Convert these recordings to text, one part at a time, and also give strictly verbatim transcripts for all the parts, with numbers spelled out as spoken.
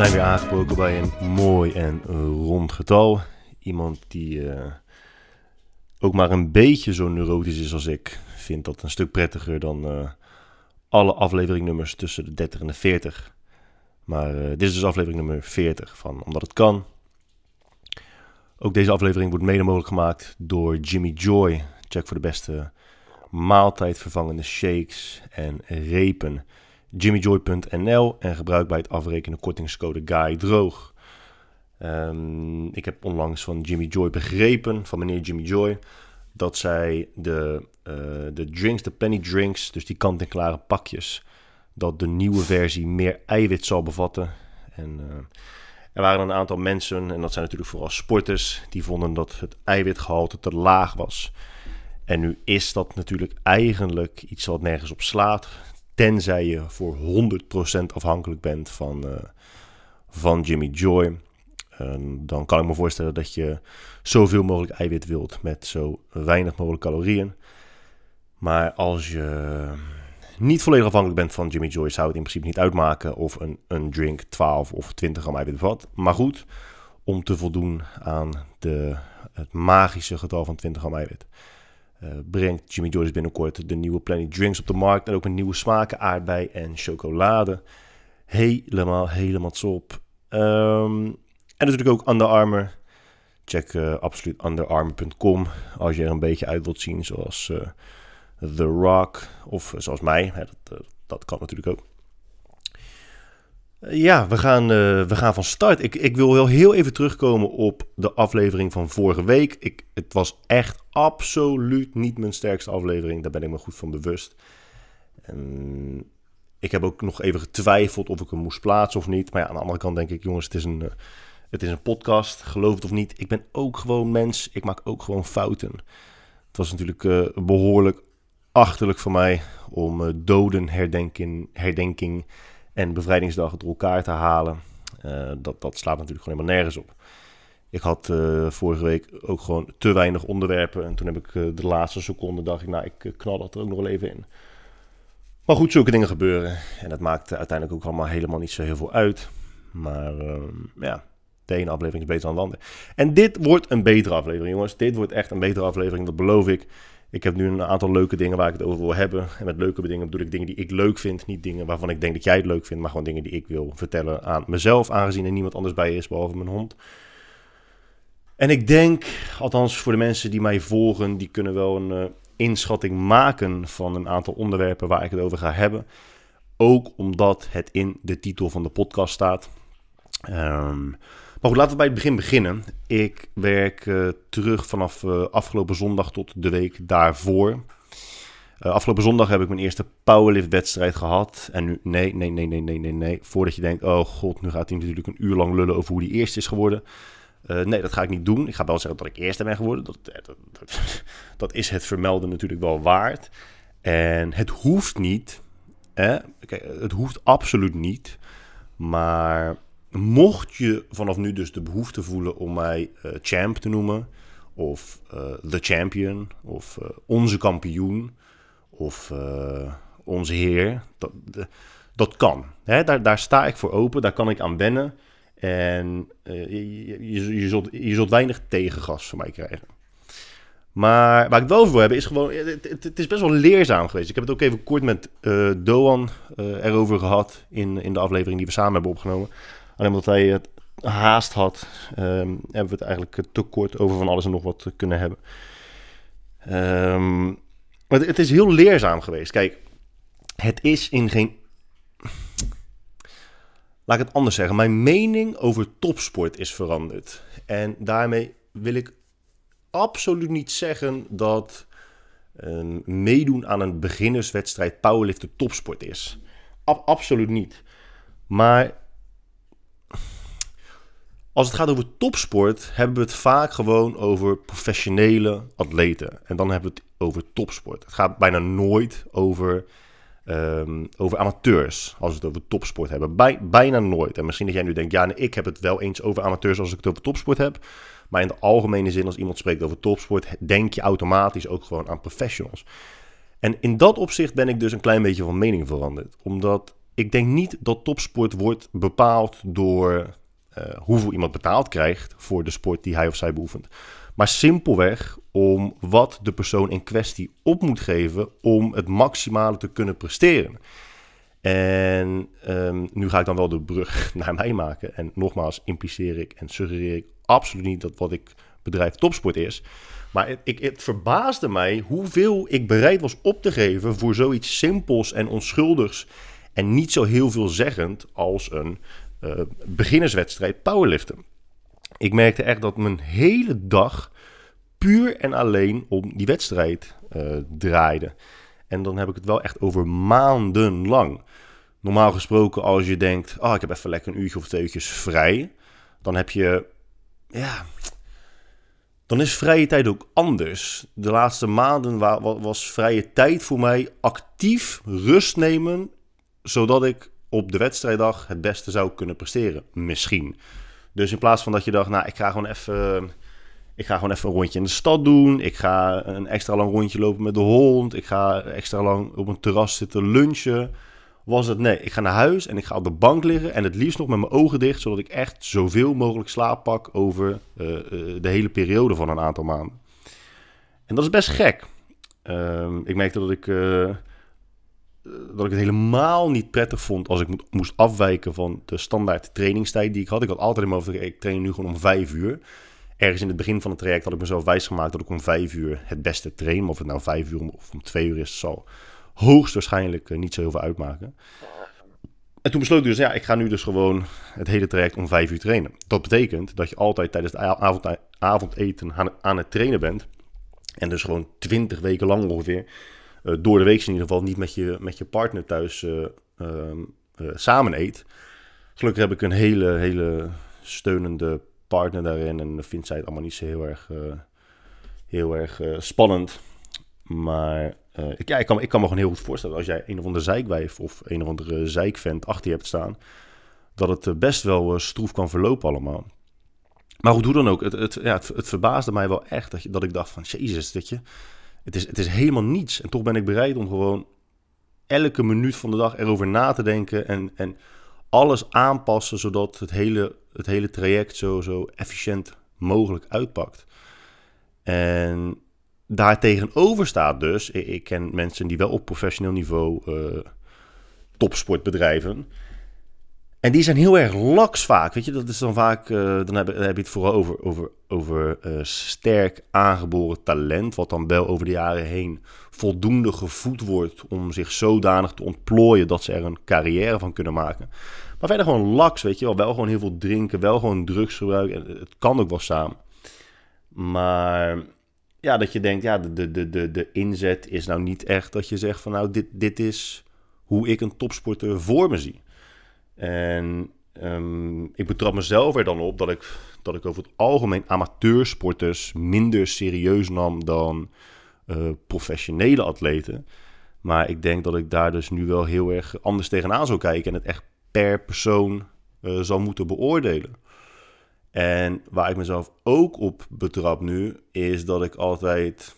zijn weer aangebroken bij een mooi en rond getal. Iemand die uh, ook maar een beetje zo neurotisch is als ik, vindt dat een stuk prettiger dan uh, alle afleveringnummers tussen de dertig en de veertig. Maar uh, dit is dus aflevering nummer veertig van Omdat Het Kan. Ook deze aflevering wordt mede mogelijk gemaakt door Jimmy Joy. Check voor de beste maaltijdvervangende shakes en repen jimmy joy punt n l en gebruik bij het afrekenen kortingscode GUYDROOG. Um, ik heb onlangs van Jimmy Joy begrepen, van meneer Jimmy Joy, dat zij de, uh, de drinks, de penny drinks, dus die kant-en-klare pakjes, dat de nieuwe versie meer eiwit zal bevatten. En uh, er waren een aantal mensen, en dat zijn natuurlijk vooral sporters, die vonden dat het eiwitgehalte te laag was. En nu is dat natuurlijk eigenlijk iets wat nergens op slaat, tenzij je voor honderd procent afhankelijk bent van, uh, van Jimmy Joy. Uh, dan kan ik me voorstellen dat je zoveel mogelijk eiwit wilt met zo weinig mogelijk calorieën. Maar als je niet volledig afhankelijk bent van Jimmy Joy, zou het in principe niet uitmaken of een, een drink twaalf of twintig gram eiwit bevat. Maar goed, om te voldoen aan de, het magische getal van twintig gram eiwit, Uh, brengt Jimmy Joy dus binnenkort de nieuwe Penny Drinks op de markt. En ook met nieuwe smaken, aardbei en chocolade. Helemaal, helemaal top. Um, en natuurlijk ook Under Armour. Check uh, absoluut under armour punt com als je er een beetje uit wilt zien, zoals uh, The Rock of zoals mij. Hè, dat, uh, dat kan natuurlijk ook. Ja, we gaan, uh, we gaan van start. Ik, ik wil wel heel even terugkomen op de aflevering van vorige week. Ik, het was echt absoluut niet mijn sterkste aflevering. Daar ben ik me goed van bewust. En ik heb ook nog even getwijfeld of ik hem moest plaatsen of niet. Maar ja, aan de andere kant denk ik, jongens, het is een, uh, het is een podcast. Geloof het of niet. Ik ben ook gewoon mens. Ik maak ook gewoon fouten. Het was natuurlijk uh, behoorlijk achterlijk voor mij om uh, doden herdenking... herdenking en bevrijdingsdag door elkaar te halen. Uh, dat, dat slaat natuurlijk gewoon helemaal nergens op. Ik had uh, vorige week ook gewoon te weinig onderwerpen. En toen heb ik uh, de laatste seconde dacht ik, nou, ik knal dat er ook nog wel even in. Maar goed, zulke dingen gebeuren. En dat maakt uiteindelijk ook allemaal helemaal niet zo heel veel uit. Maar uh, ja, de ene aflevering is beter dan de andere. En dit wordt een betere aflevering, jongens. Dit wordt echt een betere aflevering, dat beloof ik. Ik heb nu een aantal leuke dingen waar ik het over wil hebben. En met leuke dingen bedoel ik dingen die ik leuk vind. Niet dingen waarvan ik denk dat jij het leuk vindt, maar gewoon dingen die ik wil vertellen aan mezelf, aangezien er niemand anders bij is, behalve mijn hond. En ik denk, althans voor de mensen die mij volgen, die kunnen wel een uh, inschatting maken van een aantal onderwerpen waar ik het over ga hebben. Ook omdat het in de titel van de podcast staat. Um, Maar goed, laten we bij het begin beginnen. Ik werk uh, terug vanaf uh, afgelopen zondag tot de week daarvoor. Uh, afgelopen zondag heb ik mijn eerste powerlift-wedstrijd gehad. En nu, nee, nee, nee, nee, nee, nee, nee. Voordat je denkt, oh god, nu gaat hij natuurlijk een uur lang lullen over hoe die eerste is geworden. Uh, nee, dat ga ik niet doen. Ik ga wel zeggen dat ik eerste ben geworden. Dat, dat, dat, dat is het vermelden natuurlijk wel waard. En het hoeft niet. Hè? Kijk, het hoeft absoluut niet. Maar mocht je vanaf nu dus de behoefte voelen om mij uh, champ te noemen, of uh, the champion, of uh, onze kampioen, of uh, onze heer, dat, de, dat kan. Hè? Daar, daar sta ik voor open, daar kan ik aan wennen. En uh, je, je, je, zult, je zult weinig tegengas van mij krijgen. Maar waar ik het wel over wil hebben is gewoon, het, het, het is best wel leerzaam geweest. Ik heb het ook even kort met uh, Doan uh, erover gehad in, in de aflevering die we samen hebben opgenomen. Alleen omdat hij het haast had, um, hebben we het eigenlijk te kort over van alles en nog wat kunnen hebben. Um, maar het, het is heel leerzaam geweest. Kijk, het is in geen... Laat ik het anders zeggen. Mijn mening over topsport is veranderd. En daarmee wil ik absoluut niet zeggen dat um, meedoen aan een beginnerswedstrijd powerliften topsport is. Ab- absoluut niet. Maar als het gaat over topsport, hebben we het vaak gewoon over professionele atleten. En dan hebben we het over topsport. Het gaat bijna nooit over, um, over amateurs, als we het over topsport hebben. Bij, bijna nooit. En misschien dat jij nu denkt, ja, nee, ik heb het wel eens over amateurs als ik het over topsport heb. Maar in de algemene zin, als iemand spreekt over topsport, denk je automatisch ook gewoon aan professionals. En in dat opzicht ben ik dus een klein beetje van mening veranderd. Omdat ik denk niet dat topsport wordt bepaald door uh, hoeveel iemand betaald krijgt voor de sport die hij of zij beoefent. Maar simpelweg om wat de persoon in kwestie op moet geven om het maximale te kunnen presteren. En um, nu ga ik dan wel de brug naar mij maken. En nogmaals impliceer ik en suggereer ik absoluut niet dat wat ik bedrijf topsport is. Maar het, ik, het verbaasde mij hoeveel ik bereid was op te geven voor zoiets simpels en onschuldigs. En niet zo heel veelzeggend als een uh, beginnerswedstrijd powerliften. Ik merkte echt dat mijn hele dag puur en alleen om die wedstrijd uh, draaide. En dan heb ik het wel echt over maandenlang. Normaal gesproken als je denkt, oh, ik heb even lekker een uurtje of twee uurtjes vrij. Dan heb je, ja, dan is vrije tijd ook anders. De laatste maanden was vrije tijd voor mij actief rust nemen, zodat ik op de wedstrijddag het beste zou kunnen presteren. Misschien. Dus in plaats van dat je dacht, nou, ik ga gewoon even, ik ga gewoon even een rondje in de stad doen. Ik ga een extra lang rondje lopen met de hond. Ik ga extra lang op een terras zitten lunchen. Was het, nee, ik ga naar huis en ik ga op de bank liggen. En het liefst nog met mijn ogen dicht, zodat ik echt zoveel mogelijk slaap pak over uh, uh, de hele periode van een aantal maanden. En dat is best gek. Uh, ik merkte dat ik, uh, dat ik het helemaal niet prettig vond als ik mo- moest afwijken van de standaard trainingstijd die ik had. Ik had altijd in mijn hoofd, ik train nu gewoon om vijf uur. Ergens in het begin van het traject had ik mezelf wijsgemaakt dat ik om vijf uur het beste train. Maar of het nou vijf uur of om twee uur is, zal hoogstwaarschijnlijk uh, niet zo heel veel uitmaken. En toen besloot ik dus, ja, ik ga nu dus gewoon het hele traject om vijf uur trainen. Dat betekent dat je altijd tijdens het avond, avondeten aan, aan het trainen bent. En dus gewoon twintig weken lang ongeveer, uh, door de week in ieder geval, niet met je, met je partner thuis uh, uh, uh, samen eet. Gelukkig heb ik een hele, hele steunende partner daarin. En vindt zij het allemaal niet zo heel erg, uh, heel erg uh, spannend. Maar uh, ik, ja, ik, kan, ik kan me gewoon heel goed voorstellen, als jij een of andere zeikwijf of een of andere zeikvent achter je hebt staan, dat het uh, best wel uh, stroef kan verlopen allemaal. Maar goed, hoe dan ook, het, het, ja, het, het verbaasde mij wel echt dat, je, dat ik dacht van, jezus, dat je, het, is, het is helemaal niets. En toch ben ik bereid om gewoon elke minuut van de dag erover na te denken en, en alles aanpassen, zodat het hele, het hele traject zo, zo efficiënt mogelijk uitpakt. En daartegenover staat dus, ik, ik ken mensen die wel op professioneel niveau uh, topsport bedrijven. En die zijn heel erg laks vaak, weet je. Dat is dan vaak, uh, dan, heb, dan heb je het vooral over, over, over uh, sterk aangeboren talent, wat dan wel over de jaren heen voldoende gevoed wordt om zich zodanig te ontplooien dat ze er een carrière van kunnen maken. Maar verder gewoon laks, weet je wel. Wel gewoon heel veel drinken, wel gewoon drugs gebruiken. Het kan ook wel samen. Maar ja, dat je denkt, ja, de, de, de, de inzet is nou niet echt dat je zegt van, nou, dit, dit is hoe ik een topsporter voor me zie. En um, ik betrap mezelf er dan op dat ik, dat ik over het algemeen amateursporters minder serieus nam dan uh, professionele atleten. Maar ik denk dat ik daar dus nu wel heel erg anders tegenaan zou kijken en het echt per persoon uh, zal moeten beoordelen. En waar ik mezelf ook op betrap nu, is dat ik altijd...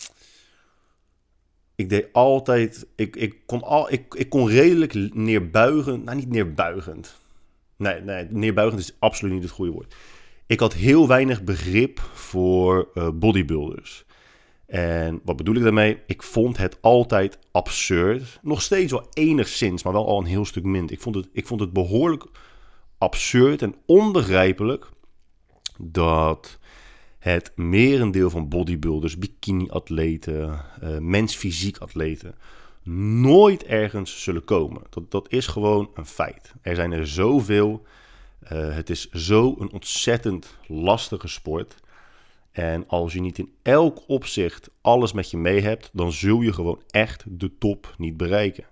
Ik deed altijd... Ik, ik, kon al, ik, ik kon redelijk neerbuigend... Nou, niet neerbuigend. Nee, nee, neerbuigend is absoluut niet het goede woord. Ik had heel weinig begrip voor uh, bodybuilders. En wat bedoel ik daarmee? Ik vond het altijd absurd. Nog steeds wel enigszins, maar wel al een heel stuk minder. Ik vond het, ik vond het behoorlijk absurd en onbegrijpelijk dat het merendeel van bodybuilders, bikini-atleten, uh, mensfysiek-atleten nooit ergens zullen komen. Dat, dat is gewoon een feit. Er zijn er zoveel. Uh, het is zo een ontzettend lastige sport. En als je niet in elk opzicht alles met je mee hebt, dan zul je gewoon echt de top niet bereiken.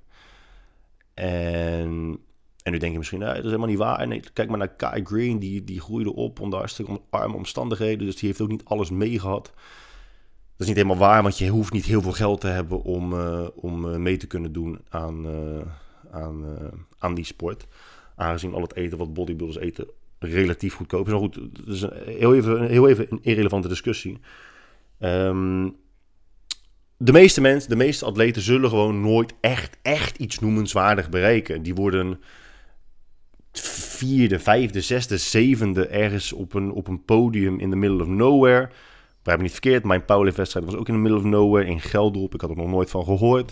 En... En nu denk je misschien, nee, dat is helemaal niet waar. Nee, kijk maar naar Kai Green, die, die groeide op onder hartstikke arme omstandigheden. Dus die heeft ook niet alles meegehad. Dat is niet helemaal waar, want je hoeft niet heel veel geld te hebben om, uh, om uh, mee te kunnen doen aan, uh, aan, uh, aan die sport. Aangezien al het eten wat bodybuilders eten relatief goedkoop is. Maar goed, dat is een, heel, even, heel even een irrelevante discussie. Um, de meeste mensen, de meeste atleten zullen gewoon nooit echt, echt iets noemenswaardig bereiken. Die worden vierde, vijfde, zesde, zevende ergens op een, op een podium in the middle of nowhere. Begrijp me niet verkeerd, mijn powerlift-wedstrijd was ook in the middle of nowhere, in Geldrop. Ik had er nog nooit van gehoord.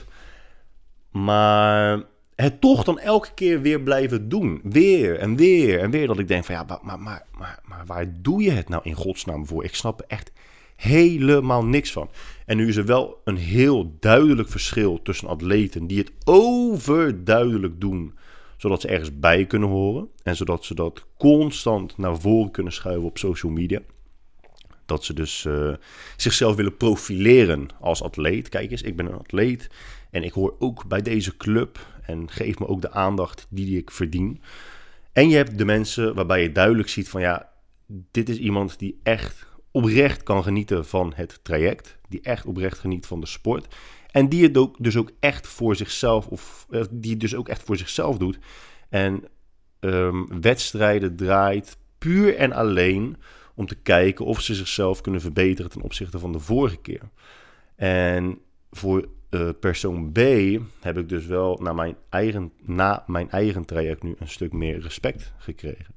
Maar het toch dan elke keer weer blijven doen. Weer en weer en weer. Dat ik denk van ja, maar, maar, maar, maar, maar waar doe je het nou in godsnaam voor? Ik snap er echt helemaal niks van. En nu is er wel een heel duidelijk verschil tussen atleten die het overduidelijk doen, zodat ze ergens bij kunnen horen. En zodat ze dat constant naar voren kunnen schuiven op social media. Dat ze dus uh, zichzelf willen profileren als atleet. Kijk eens, ik ben een atleet en ik hoor ook bij deze club. En geef me ook de aandacht die, die ik verdien. En je hebt de mensen waarbij je duidelijk ziet van ja, dit is iemand die echt oprecht kan genieten van het traject. Die echt oprecht geniet van de sport. En die het ook, dus ook echt voor zichzelf, of uh, die het dus ook echt voor zichzelf doet. En um, wedstrijden draait puur en alleen om te kijken of ze zichzelf kunnen verbeteren ten opzichte van de vorige keer. En voor uh, persoon B heb ik dus wel na mijn, eigen, na mijn eigen traject nu een stuk meer respect gekregen.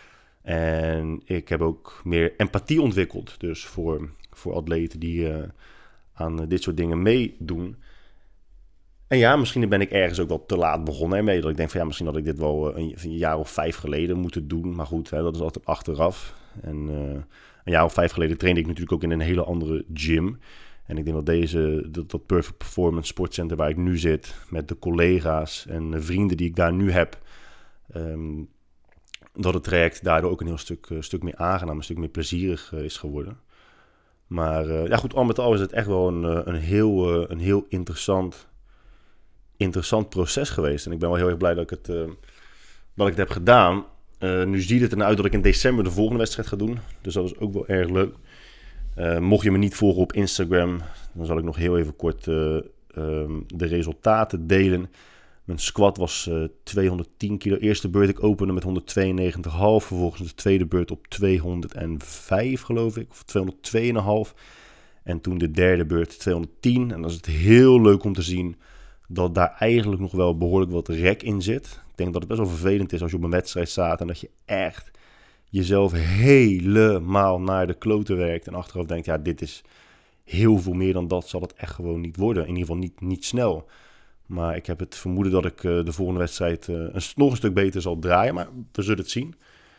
En ik heb ook meer empathie ontwikkeld. Dus voor, voor atleten die uh, aan uh, dit soort dingen meedoen. En ja, misschien ben ik ergens ook wel te laat begonnen ermee. Dat ik denk van ja, misschien had ik dit wel uh, een, een jaar of vijf geleden moeten doen. Maar goed, hè, dat is altijd achteraf. En uh, een jaar of vijf geleden trainde ik natuurlijk ook in een hele andere gym. En ik denk dat deze, dat, dat Perfect Performance Sportcenter waar ik nu zit, met de collega's en de vrienden die ik daar nu heb, um, dat het traject daardoor ook een heel stuk, uh, stuk meer aangenaam, een stuk meer plezierig uh, is geworden. Maar uh, ja goed, al met al is het echt wel een, uh, een, heel, uh, een heel interessant, interessant proces geweest. En ik ben wel heel erg blij dat ik het, uh, dat ik het heb gedaan. Uh, nu ziet het ernaar uit dat ik in december de volgende wedstrijd ga doen. Dus dat is ook wel erg leuk. Uh, mocht je me niet volgen op Instagram, dan zal ik nog heel even kort uh, um, de resultaten delen. Mijn squat was uh, tweehonderdtien kilo. Eerste beurt ik opende met honderdtweeënnegentig komma vijf. Vervolgens de tweede beurt op tweehonderdvijf geloof ik. Of tweehonderdtwee komma vijf. En toen de derde beurt tweehonderdtien. En dan is het heel leuk om te zien dat daar eigenlijk nog wel behoorlijk wat rek in zit. Ik denk dat het best wel vervelend is als je op een wedstrijd staat en dat je echt jezelf helemaal naar de kloten werkt. En achteraf denkt, ja, dit is heel veel meer dan dat zal het echt gewoon niet worden. In ieder geval niet, niet snel. Maar ik heb het vermoeden dat ik uh, de volgende wedstrijd uh, een, nog een stuk beter zal draaien. Maar we zullen het zien.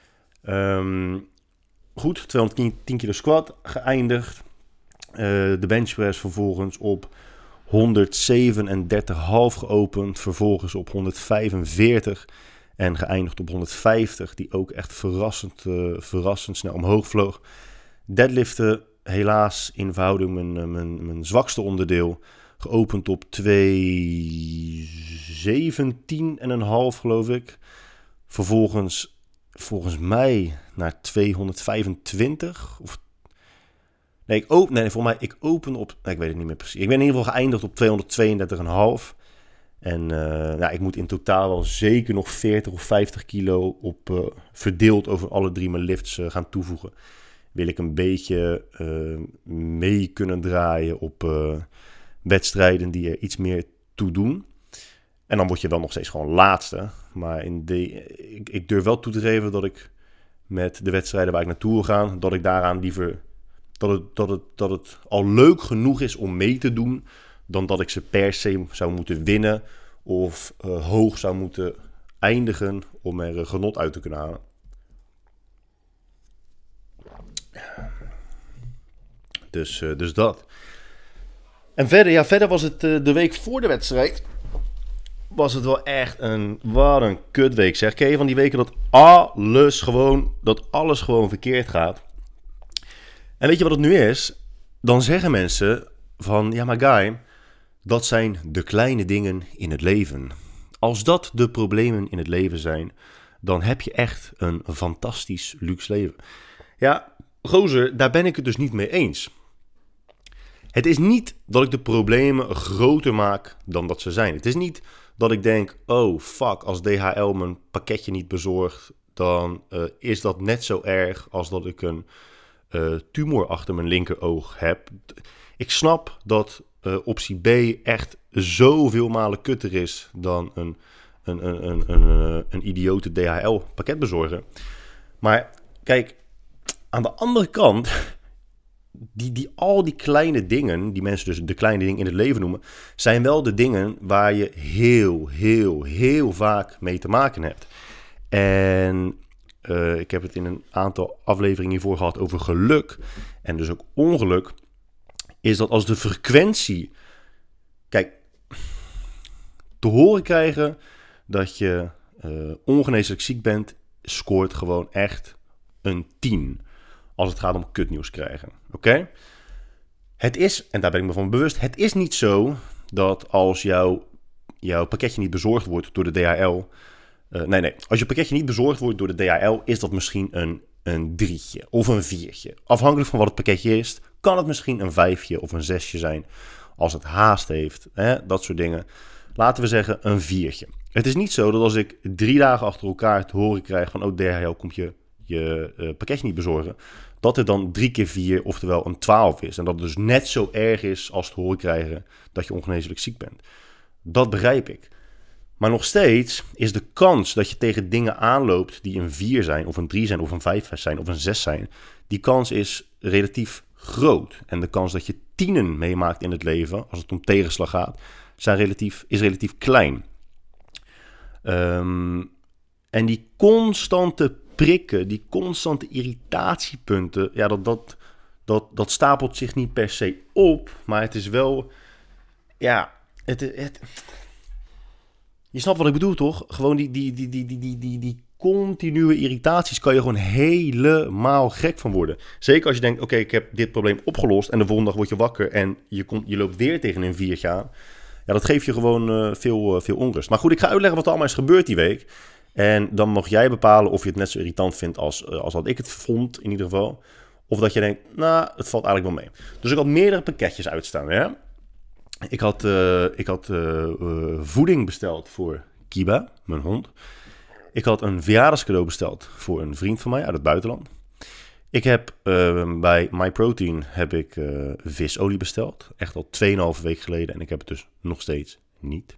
Um, goed, tweehonderdtien kilo squat geëindigd. Uh, de benchpress vervolgens op honderdzevenendertig komma vijf geopend. Vervolgens op honderdvijfenveertig en geëindigd op honderdvijftig. Die ook echt verrassend, uh, verrassend snel omhoog vloog. Deadliften helaas in verhouding mijn, mijn, mijn zwakste onderdeel. Geopend op tweehonderdzeventien komma vijf geloof ik. Vervolgens volgens mij naar tweehonderdvijfentwintig. Of nee, ik open, nee, volgens mij ik open op. Nee, ik weet het niet meer precies. Ik ben in ieder geval geëindigd op tweehonderdtweeëndertig komma vijf. En uh, nou, ik moet in totaal wel zeker nog veertig of vijftig kilo op uh, verdeeld over alle drie mijn lifts uh, gaan toevoegen. Wil ik een beetje uh, mee kunnen draaien op uh, wedstrijden die er iets meer toe doen. En dan word je wel nog steeds gewoon laatste. Maar in de, ik, ik durf wel toe te geven dat ik met de wedstrijden waar ik naartoe wil gaan, dat ik daaraan liever dat het, dat het, dat het al leuk genoeg is om mee te doen, dan dat ik ze per se zou moeten winnen of uh, hoog zou moeten eindigen om er uh, genot uit te kunnen halen. Dus, uh, dus dat. En verder, ja, verder was het uh, de week voor de wedstrijd. Was het wel echt een, wat een kutweek zeg. Ken je van die weken dat alles gewoon, dat alles gewoon verkeerd gaat? En weet je wat het nu is? Dan zeggen mensen van, ja maar Guy, dat zijn de kleine dingen in het leven. Als dat de problemen in het leven zijn, dan heb je echt een fantastisch luxe leven. Ja, gozer, daar ben ik het dus niet mee eens. Het is niet dat ik de problemen groter maak dan dat ze zijn. Het is niet dat ik denk, oh fuck, als D H L mijn pakketje niet bezorgt, dan uh, is dat net zo erg als dat ik een uh, tumor achter mijn linkeroog heb. Ik snap dat uh, optie B echt zoveel malen kutter is dan een, een, een, een, een, een idiote D H L pakketbezorger. Maar kijk, aan de andere kant, die, die, al die kleine dingen, die mensen dus de kleine dingen in het leven noemen, zijn wel de dingen waar je heel, heel, heel vaak mee te maken hebt. En uh, ik heb het in een aantal afleveringen hiervoor gehad over geluk en dus ook ongeluk, is dat als de frequentie, kijk, te horen krijgen dat je uh, ongeneeslijk ziek bent, scoort gewoon echt een tien. Als het gaat om kutnieuws krijgen. Oké? Okay? Het is, en daar ben ik me van bewust, het is niet zo dat als jouw, jouw pakketje niet bezorgd wordt door de D H L. Uh, nee, nee. Als je pakketje niet bezorgd wordt door de D H L, is dat misschien een, een drietje of een viertje. Afhankelijk van wat het pakketje is, kan het misschien een vijfje of een zesje zijn. Als het haast heeft, hè, dat soort dingen. Laten we zeggen een viertje. Het is niet zo dat als ik drie dagen achter elkaar te horen krijg van, oh, D H L komt je, je uh, pakketje niet bezorgen, dat het dan drie keer vier, oftewel een twaalf is. En dat het dus net zo erg is als te horen krijgen dat je ongeneeslijk ziek bent. Dat begrijp ik. Maar nog steeds is de kans dat je tegen dingen aanloopt die een vier zijn, of een drie zijn, of een vijf zijn, of een zes zijn, die kans is relatief groot. En de kans dat je tienen meemaakt in het leven, als het om tegenslag gaat, zijn relatief, is relatief klein. Um, en die constante prikken, die constante irritatiepunten, ja, dat, dat, dat, dat stapelt zich niet per se op, maar het is wel, ja, het, het, je snapt wat ik bedoel, toch? Gewoon die, die, die, die, die, die, die, die continue irritaties kan je gewoon helemaal gek van worden. Zeker als je denkt, oké, okay, ik heb dit probleem opgelost en de volgende dag word je wakker en je, komt, je loopt weer tegen een viertje aan. Ja, dat geeft je gewoon uh, veel, uh, veel onrust. Maar goed, ik ga uitleggen wat er allemaal is gebeurd die week. En dan mag jij bepalen of je het net zo irritant vindt als, uh, als dat ik het vond, in ieder geval. Of dat je denkt, nou, het valt eigenlijk wel mee. Dus ik had meerdere pakketjes uitstaan, hè. Ik had, uh, ik had uh, uh, voeding besteld voor Kiba, mijn hond. Ik had een verjaardagscadeau besteld voor een vriend van mij uit het buitenland. Ik heb uh, bij MyProtein heb ik uh, visolie besteld. Echt al twee en een halve week geleden. En ik heb het dus nog steeds niet.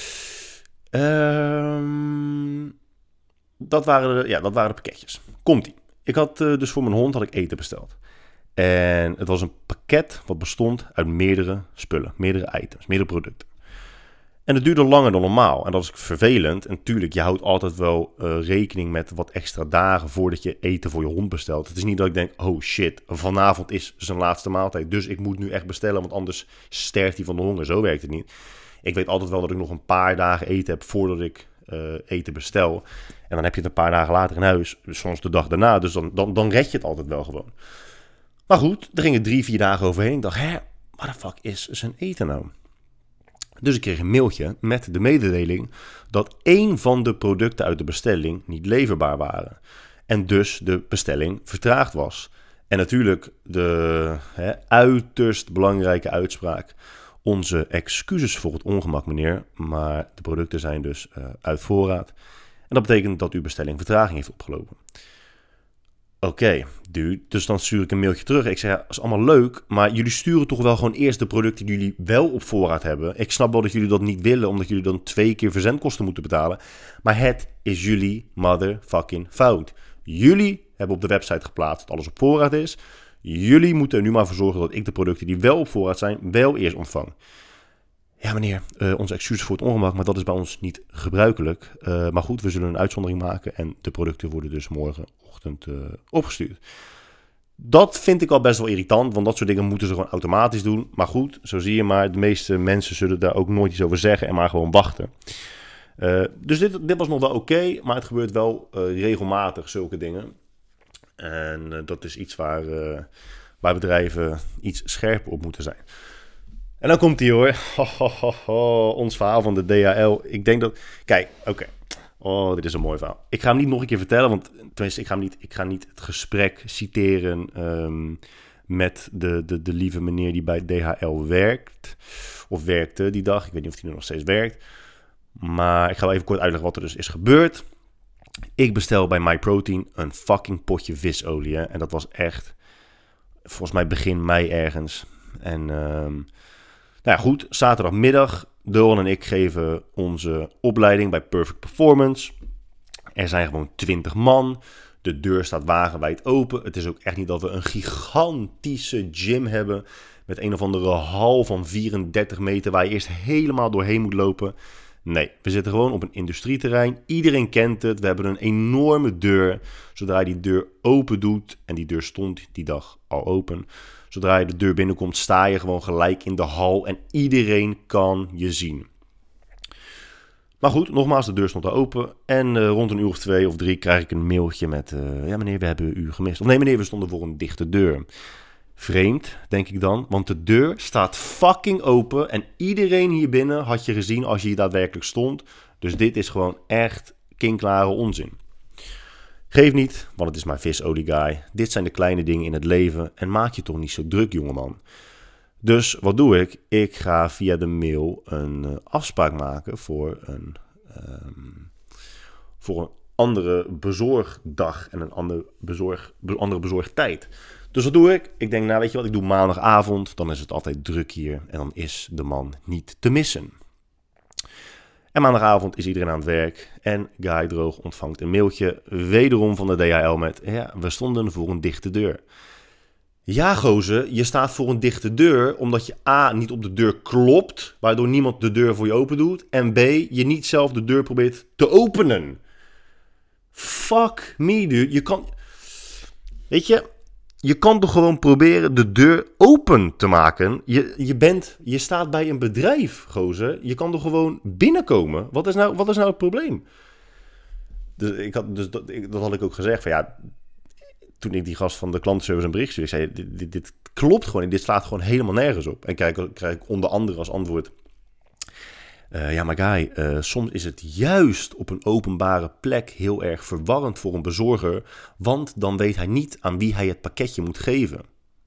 Um, dat, waren de, ja, dat waren de pakketjes. Komt-ie. Ik had uh, dus voor mijn hond had ik eten besteld. En het was een pakket wat bestond uit meerdere spullen. Meerdere items, meerdere producten. En het duurde langer dan normaal. En dat is vervelend. En tuurlijk, je houdt altijd wel uh, rekening met wat extra dagen voordat je eten voor je hond bestelt. Het is niet dat ik denk, oh shit, vanavond is zijn laatste maaltijd. Dus ik moet nu echt bestellen, want anders sterft hij van de honger. Zo werkt het niet. Ik weet altijd wel dat ik nog een paar dagen eten heb voordat ik uh, eten bestel. En dan heb je het een paar dagen later in huis. Soms de dag daarna. Dus dan, dan, dan red je het altijd wel gewoon. Maar goed, er gingen drie, vier dagen overheen. Ik dacht, hè, waar de fuck is zijn eten nou? Dus ik kreeg een mailtje met de mededeling dat één van de producten uit de bestelling niet leverbaar waren. En dus de bestelling vertraagd was. En natuurlijk de hè, uiterst belangrijke uitspraak. Onze excuses voor het ongemak, meneer. Maar de producten zijn dus uh, uit voorraad. En dat betekent dat uw bestelling vertraging heeft opgelopen. Oké, okay, dude. Dus dan stuur ik een mailtje terug. Ik zeg, ja, dat is allemaal leuk, maar jullie sturen toch wel gewoon eerst de producten die jullie wel op voorraad hebben. Ik snap wel dat jullie dat niet willen, omdat jullie dan twee keer verzendkosten moeten betalen. Maar het is jullie motherfucking fout. Jullie hebben op de website geplaatst dat alles op voorraad is. Jullie moeten er nu maar voor zorgen dat ik de producten die wel op voorraad zijn, wel eerst ontvang. Ja, meneer, uh, onze excuses voor het ongemak, maar dat is bij ons niet gebruikelijk. Uh, maar goed, we zullen een uitzondering maken en de producten worden dus morgenochtend uh, opgestuurd. Dat vind ik al best wel irritant, want dat soort dingen moeten ze gewoon automatisch doen. Maar goed, zo zie je maar, de meeste mensen zullen daar ook nooit iets over zeggen en maar gewoon wachten. Uh, dus dit, dit was nog wel oké, okay, maar het gebeurt wel uh, regelmatig, zulke dingen. En uh, dat is iets waar, uh, waar bedrijven iets scherper op moeten zijn. En dan komt hij hoor. Ho, ho, ho, ho. Ons verhaal van de D H L. Ik denk dat... Kijk, oké. Okay. Oh, dit is een mooi verhaal. Ik ga hem niet nog een keer vertellen, want tenminste, ik ga, hem niet, ik ga niet het gesprek citeren um, met de, de, de lieve meneer die bij D H L werkt. Of werkte die dag. Ik weet niet of hij nu nog steeds werkt. Maar ik ga wel even kort uitleggen wat er dus is gebeurd. Ik bestel bij MyProtein een fucking potje visolie. Hè? En dat was echt, volgens mij begin mei ergens. En... Um, Nou ja, goed, zaterdagmiddag, Doan en ik geven onze opleiding bij Perfect Performance. Er zijn gewoon twintig man. De deur staat wagenwijd open. Het is ook echt niet dat we een gigantische gym hebben met een of andere hal van vierendertig meter waar je eerst helemaal doorheen moet lopen. Nee, we zitten gewoon op een industrieterrein. Iedereen kent het. We hebben een enorme deur. Zodra je die deur open doet, en die deur stond die dag al open. Zodra je de deur binnenkomt, sta je gewoon gelijk in de hal en iedereen kan je zien. Maar goed, nogmaals, de deur stond al open. En uh, rond een uur of twee of drie krijg ik een mailtje met... Uh, ja meneer, we hebben u gemist. Of nee meneer, we stonden voor een dichte deur. Vreemd, denk ik dan. Want de deur staat fucking open. En iedereen hier binnen had je gezien als je hier daadwerkelijk stond. Dus dit is gewoon echt kinkklare onzin. Geef niet, want het is mijn visolie guy. Dit zijn de kleine dingen in het leven. En maak je toch niet zo druk, jongeman. Dus wat doe ik? Ik ga via de mail een uh, afspraak maken voor een, um, voor een andere bezorgdag en een andere, bezorg, be, andere bezorgtijd. Dus wat doe ik? Ik denk, nou weet je wat, ik doe maandagavond. Dan is het altijd druk hier en dan is de man niet te missen. En maandagavond is iedereen aan het werk en Guy Droog ontvangt een mailtje, wederom van de D H L met, ja, we stonden voor een dichte deur. Ja, gozer, je staat voor een dichte deur omdat je A, niet op de deur klopt, waardoor niemand de deur voor je open doet, en B, je niet zelf de deur probeert te openen. Fuck me, dude. Je kan, weet je, je kan toch gewoon proberen de deur open te maken. Je, je, bent, je staat bij een bedrijf, gozer. Je kan toch gewoon binnenkomen. Wat is nou, wat is nou het probleem? Dus, ik had, dus dat, ik, dat had ik ook gezegd van ja... Toen ik die gast van de klantenservice een bericht stuurde, ik zei, dit, dit, dit klopt gewoon niet, dit slaat gewoon helemaal nergens op. En krijg, krijg ik onder andere als antwoord, uh, ja maar Guy, uh, soms is het juist op een openbare plek heel erg verwarrend voor een bezorger, want dan weet hij niet aan wie hij het pakketje moet geven.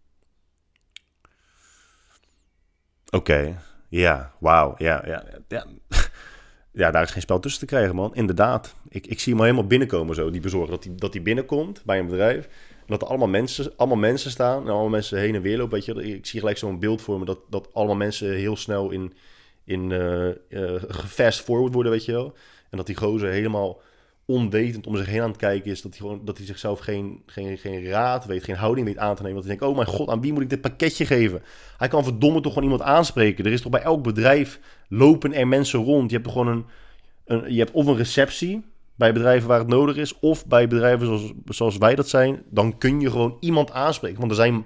Oké, okay, ja, wauw, ja, ja, ja. Ja, daar is geen spel tussen te krijgen, man. Inderdaad. Ik, ik zie hem al helemaal binnenkomen zo, die bezorger. Dat hij dat die binnenkomt bij een bedrijf. En dat er allemaal mensen, allemaal mensen staan. En allemaal mensen heen en weer lopen. Weet je. Ik zie gelijk zo'n beeld voor me dat, dat allemaal mensen heel snel in, in uh, uh, fast forward worden, weet je wel. En dat die gozer helemaal onwetend om zich heen aan het kijken is. Dat hij, gewoon, dat hij zichzelf geen, geen, geen raad weet, geen houding weet aan te nemen. Dat hij denkt, oh mijn god, aan wie moet ik dit pakketje geven? Hij kan verdomme toch gewoon iemand aanspreken. Er is toch bij elk bedrijf lopen er mensen rond. Je hebt toch gewoon een, een je hebt of een receptie bij bedrijven waar het nodig is, of bij bedrijven zoals, zoals wij dat zijn. Dan kun je gewoon iemand aanspreken. Want er zijn...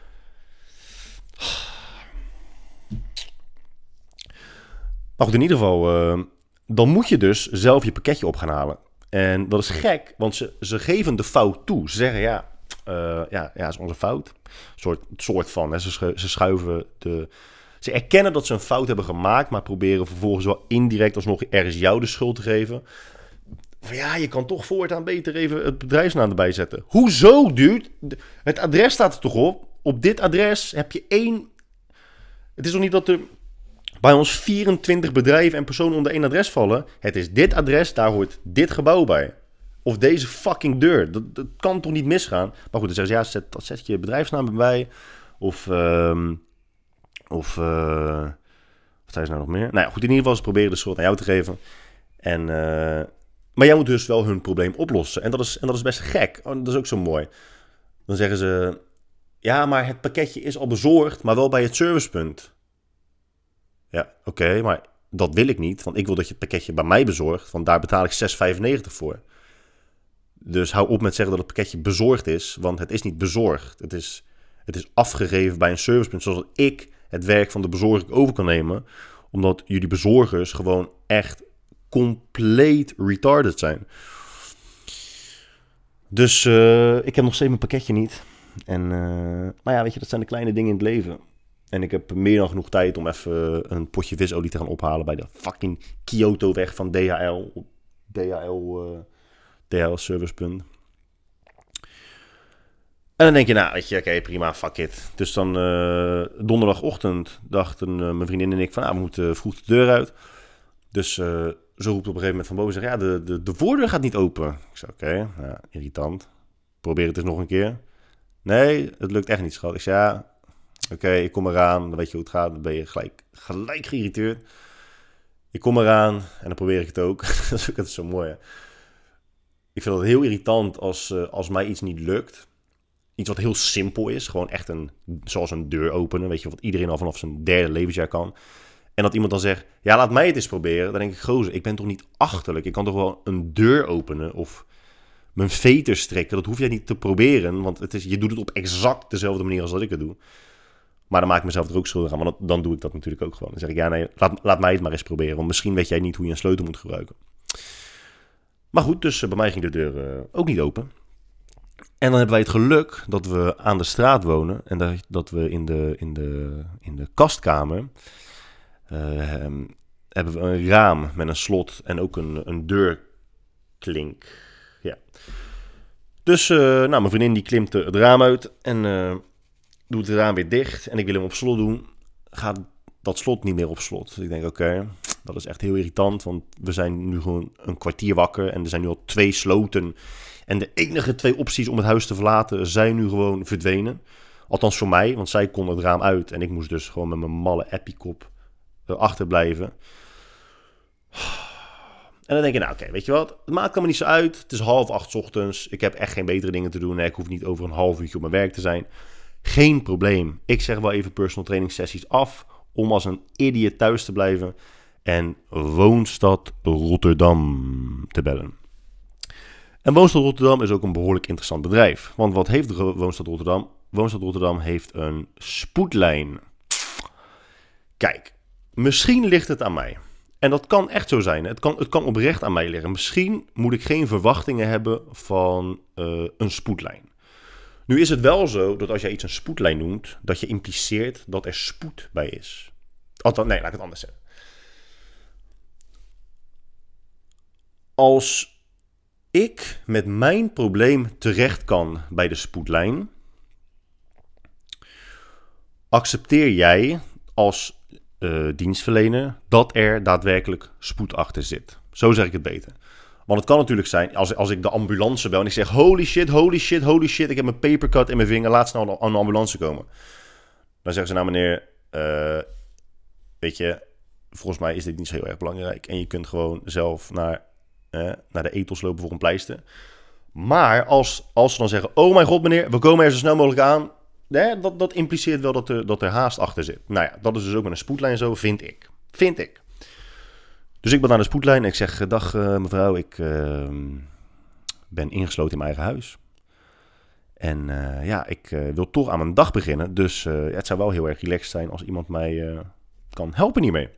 Maar goed, in ieder geval, uh, dan moet je dus zelf je pakketje op gaan halen. En dat is gek, want ze, ze geven de fout toe. Ze zeggen, ja, uh, ja, ja, is onze fout. Een soort, soort van, hè. Ze, schu- ze schuiven de... Ze erkennen dat ze een fout hebben gemaakt, maar proberen vervolgens wel indirect alsnog ergens jou de schuld te geven. Van ja, je kan toch voortaan beter even het bedrijfsnaam erbij zetten. Hoezo, dude? Het adres staat er toch op? Op dit adres heb je één... Het is toch niet dat er bij ons vierentwintig bedrijven en personen onder één adres vallen? Het is dit adres, daar hoort dit gebouw bij. Of deze fucking deur. Dat, dat kan toch niet misgaan? Maar goed, dan zeggen ze, ja, zet, zet je bedrijfsnaam erbij. Of... Um, Of, uh, wat zijn ze nou nog meer? Nou ja, goed, in ieder geval, ze proberen de schuld aan jou te geven. En, uh, maar jij moet dus wel hun probleem oplossen. En dat is, en dat is best gek. Oh, dat is ook zo mooi. Dan zeggen ze, ja, maar het pakketje is al bezorgd, maar wel bij het servicepunt. Ja, oké, okay, maar dat wil ik niet. Want ik wil dat je het pakketje bij mij bezorgt. Want daar betaal ik zes vijfennegentig voor. Dus hou op met zeggen dat het pakketje bezorgd is. Want het is niet bezorgd. Het is, het is afgegeven bij een servicepunt, zoals ik het werk van de bezorger over kan nemen. Omdat jullie bezorgers gewoon echt compleet retarded zijn. Dus uh, ik heb nog steeds mijn pakketje niet. En, uh, maar ja, weet je, dat zijn de kleine dingen in het leven. En ik heb meer dan genoeg tijd om even een potje visolie te gaan ophalen bij de fucking Kyoto-weg van D H L. D H L, uh, D H L servicepunt. En dan denk je, nou, weet je, oké, okay, prima, fuck it. Dus dan uh, donderdagochtend dachten uh, mijn vriendin en ik van, nou, we moeten vroeg de deur uit. Dus uh, zo roept op een gegeven moment van boven, zeg, ja, de, de, de voordeur gaat niet open. Ik zei, oké, okay, ja, irritant. Probeer het eens nog een keer. Nee, het lukt echt niet, schat. Ik zei, ja, Oké, okay, ik kom eraan, dan weet je hoe het gaat, dan ben je gelijk, gelijk geïrriteerd. Ik kom eraan en dan probeer ik het ook. Dat is ook altijd zo mooi, hè? Ik vind het heel irritant als, uh, als mij iets niet lukt. Iets wat heel simpel is, gewoon echt een, zoals een deur openen, weet je, wat iedereen al vanaf zijn derde levensjaar kan. En dat iemand dan zegt, ja, laat mij het eens proberen. Dan denk ik, gozer, ik ben toch niet achterlijk. Ik kan toch wel een deur openen of mijn veter strekken. Dat hoef jij niet te proberen, want het is, je doet het op exact dezelfde manier als dat ik het doe. Maar dan maak ik mezelf er ook schuldig aan, want dan doe ik dat natuurlijk ook gewoon. Dan zeg ik, ja, nee, laat, laat mij het maar eens proberen, want misschien weet jij niet hoe je een sleutel moet gebruiken. Maar goed, dus uh, bij mij ging de deur uh, ook niet open. En dan hebben wij het geluk dat we aan de straat wonen en dat, dat we in de, in de, in de kastkamer uh, hebben we een raam met een slot en ook een, een deurklink. Ja. Dus uh, nou, mijn vriendin die klimt het raam uit en uh, doet het raam weer dicht. En ik wil hem op slot doen. Gaat dat slot niet meer op slot. Dus ik denk, oké, okay, dat is echt heel irritant. Want we zijn nu gewoon een kwartier wakker en er zijn nu al twee sloten. En de enige twee opties om het huis te verlaten zijn nu gewoon verdwenen. Althans voor mij, want zij kon het raam uit. En ik moest dus gewoon met mijn malle epikop achterblijven. En dan denk je, nou oké, okay, weet je wat? Het maakt allemaal niet zo uit. Het is half acht 's ochtends. Ik heb echt geen betere dingen te doen. Nee, ik hoef niet over een half uurtje op mijn werk te zijn. Geen probleem. Ik zeg wel even personal training sessies af om als een idiot thuis te blijven en Woonstad Rotterdam te bellen. En Woonstad Rotterdam is ook een behoorlijk interessant bedrijf. Want wat heeft Woonstad Rotterdam? Woonstad Rotterdam heeft een spoedlijn. Kijk, misschien ligt het aan mij. En dat kan echt zo zijn. Het kan, het kan oprecht aan mij liggen. Misschien moet ik geen verwachtingen hebben van uh, een spoedlijn. Nu is het wel zo dat als jij iets een spoedlijn noemt, dat je impliceert dat er spoed bij is. Althans, nee, laat ik het anders zeggen. Als ik met mijn probleem terecht kan bij de spoedlijn, accepteer jij als uh, dienstverlener dat er daadwerkelijk spoed achter zit. Zo zeg ik het beter. Want het kan natuurlijk zijn, als, als ik de ambulance bel en ik zeg, holy shit, holy shit, holy shit, ik heb een papercut in mijn vinger, laat snel aan de ambulance komen. Dan zeggen ze, nou meneer, uh, weet je, volgens mij is dit niet zo heel erg belangrijk. En je kunt gewoon zelf naar, uh, naar de etels lopen voor een pleister. Maar als, als ze dan zeggen, oh mijn god meneer, we komen er zo snel mogelijk aan. Nee, dat, dat impliceert wel dat er, dat er haast achter zit. Nou ja, dat is dus ook met een spoedlijn zo, vind ik. Vind ik. Dus ik ben naar de spoedlijn en ik zeg, dag uh, mevrouw, ik uh, ben ingesloten in mijn eigen huis. En uh, ja, ik uh, wil toch aan mijn dag beginnen. Dus uh, het zou wel heel erg relaxed zijn als iemand mij uh, kan helpen hiermee.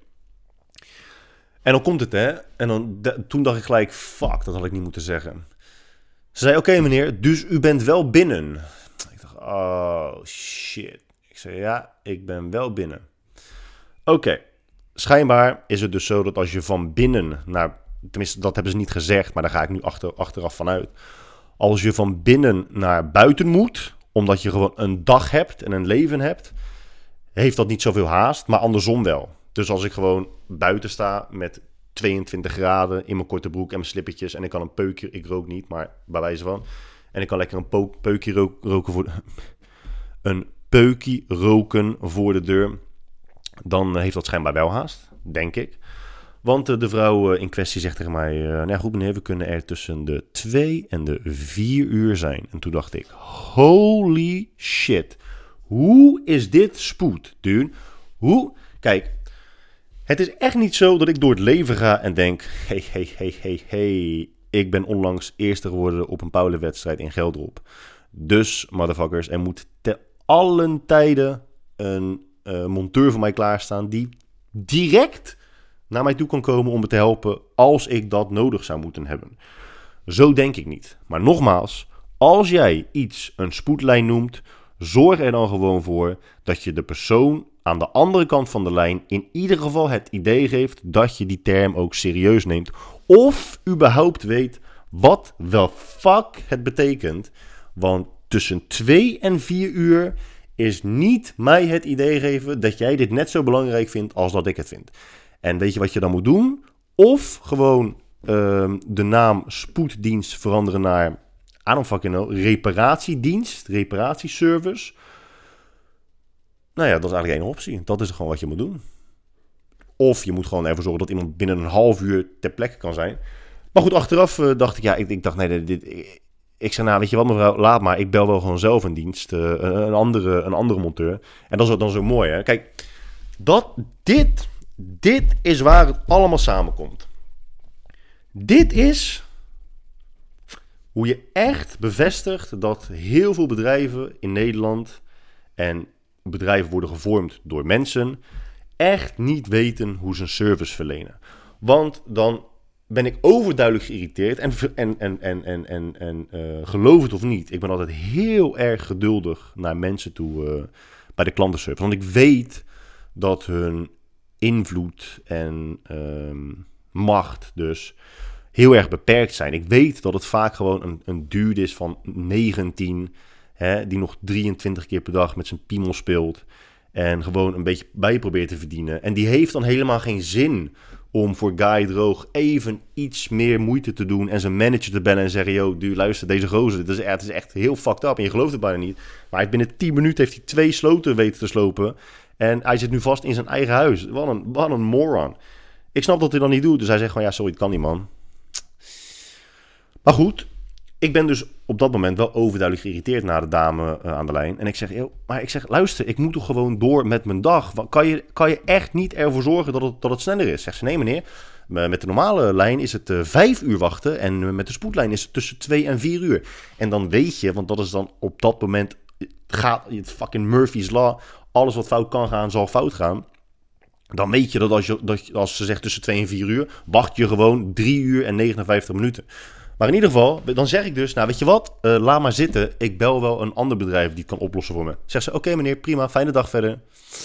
En dan komt het, hè. En dan, de, toen dacht ik gelijk, fuck, dat had ik niet moeten zeggen. Ze zei, oké okay, meneer, dus u bent wel binnen. Ik dacht, oh shit. Ik zei, ja, ik ben wel binnen. Oké. Okay. Schijnbaar is het dus zo dat als je van binnen naar, tenminste dat hebben ze niet gezegd, maar daar ga ik nu achter, achteraf vanuit. Als je van binnen naar buiten moet, omdat je gewoon een dag hebt en een leven hebt, heeft dat niet zoveel haast, maar andersom wel. Dus als ik gewoon buiten sta met tweeëntwintig graden in mijn korte broek en mijn slippertjes en ik kan een peukje, ik rook niet, maar bij wijze van, en ik kan lekker een po- peukje ro- roken voor de, een peukje roken voor de deur. Dan heeft dat schijnbaar wel haast, denk ik. Want uh, de vrouw uh, in kwestie zegt tegen mij, uh, nou goed meneer, we kunnen er tussen de twee en de vier uur zijn. En toen dacht ik, holy shit, hoe is dit spoed, dude? Hoe? Kijk, het is echt niet zo dat ik door het leven ga en denk, hey, hey, hey, hey, hey, ik ben onlangs eerste geworden op een Paulenwedstrijd in Geldrop. Dus, motherfuckers, er moet te allen tijden een Uh, monteur voor mij klaarstaan die direct naar mij toe kan komen om me te helpen als ik dat nodig zou moeten hebben. Zo denk ik niet. Maar nogmaals, als jij iets een spoedlijn noemt, zorg er dan gewoon voor dat je de persoon aan de andere kant van de lijn in ieder geval het idee geeft dat je die term ook serieus neemt. Of überhaupt weet wat wel fuck het betekent. Want tussen twee en vier uur is niet mij het idee geven dat jij dit net zo belangrijk vindt als dat ik het vind. En weet je wat je dan moet doen? Of gewoon uh, de naam spoeddienst veranderen naar, I don't fucking know, reparatiedienst, reparatieservice. Nou ja, dat is eigenlijk één optie. Dat is gewoon wat je moet doen. Of je moet gewoon ervoor zorgen dat iemand binnen een half uur ter plekke kan zijn. Maar goed, achteraf uh, dacht ik, ja, ik, ik dacht, nee, dit, dit, ik, ik zei, nou, weet je wat mevrouw, laat maar. Ik bel wel gewoon zelf een dienst, uh, een, andere, een andere monteur. En dat is dan zo mooi, hè. Kijk, dat, dit, dit is waar het allemaal samenkomt. Dit is hoe je echt bevestigt dat heel veel bedrijven in Nederland, en bedrijven worden gevormd door mensen, echt niet weten hoe ze een service verlenen. Want dan ben ik overduidelijk geïrriteerd. En, en, en, en, en, en, en uh, geloof het of niet, ik ben altijd heel erg geduldig naar mensen toe uh, bij de klantenservice. Want ik weet dat hun invloed en uh, macht dus heel erg beperkt zijn. Ik weet dat het vaak gewoon een, een dude is van negentien, hè, die nog drieëntwintig keer per dag met zijn piemel speelt en gewoon een beetje bij probeert te verdienen. En die heeft dan helemaal geen zin om voor Guy Droog even iets meer moeite te doen en zijn manager te bellen en zeggen, yo, dude, luister, deze gozer, dit is, het is echt heel fucked up en je gelooft het bijna niet. Maar hij binnen tien minuten heeft hij twee sloten weten te slopen en hij zit nu vast in zijn eigen huis. Wat een, wat een moron. Ik snap dat hij dat niet doet, dus hij zegt gewoon, ja, sorry, het kan niet, man. Maar goed, ik ben dus op dat moment wel overduidelijk geïrriteerd naar de dame uh, aan de lijn. En ik zeg, yo, maar ik zeg, luister, ik moet toch gewoon door met mijn dag. Kan je, kan je echt niet ervoor zorgen dat het, dat het sneller is? Zegt ze, nee meneer, met de normale lijn is het uh, vijf uur wachten en met de spoedlijn is het tussen twee en vier uur. En dan weet je, want dat is dan op dat moment, gaat het fucking Murphy's Law, alles wat fout kan gaan, zal fout gaan. Dan weet je dat als, je, dat als ze zegt tussen twee en vier uur, wacht je gewoon drie uur en negenenvijftig minuten. Maar in ieder geval, dan zeg ik dus, nou weet je wat, uh, laat maar zitten. Ik bel wel een ander bedrijf die het kan oplossen voor me. Zegt ze, oké okay, meneer, prima, fijne dag verder.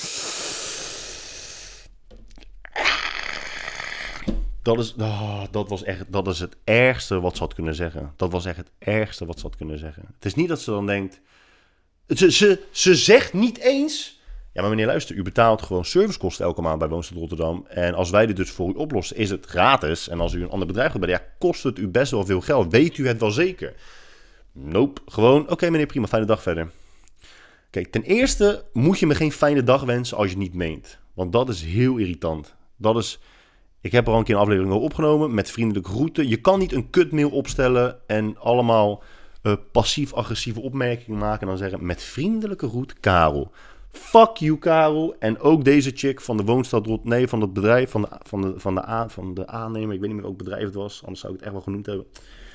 Dat is, oh, dat was echt, dat is het ergste wat ze had kunnen zeggen. Dat was echt het ergste wat ze had kunnen zeggen. Het is niet dat ze dan denkt, ze, ze, ze zegt niet eens, ja maar meneer luister, u betaalt gewoon servicekosten elke maand bij Woonstad Rotterdam. En als wij dit dus voor u oplossen, is het gratis. En als u een ander bedrijf gaat bellen, ja, kost het u best wel veel geld. Weet u het wel zeker? Nope, gewoon, oké okay, meneer, prima, fijne dag verder. Kijk, ten eerste moet je me geen fijne dag wensen als je het niet meent. Want dat is heel irritant. Dat is, ik heb er al een keer een aflevering over opgenomen met vriendelijke groeten. Je kan niet een kutmail opstellen en allemaal uh, passief-agressieve opmerkingen maken en dan zeggen met vriendelijke groet, Karel. Fuck you, Karel. En ook deze chick van de Woonstad Rot, nee, van het bedrijf, van de, van, de, van, de a, van de aannemer. Ik weet niet meer welk bedrijf het was, anders zou ik het echt wel genoemd hebben.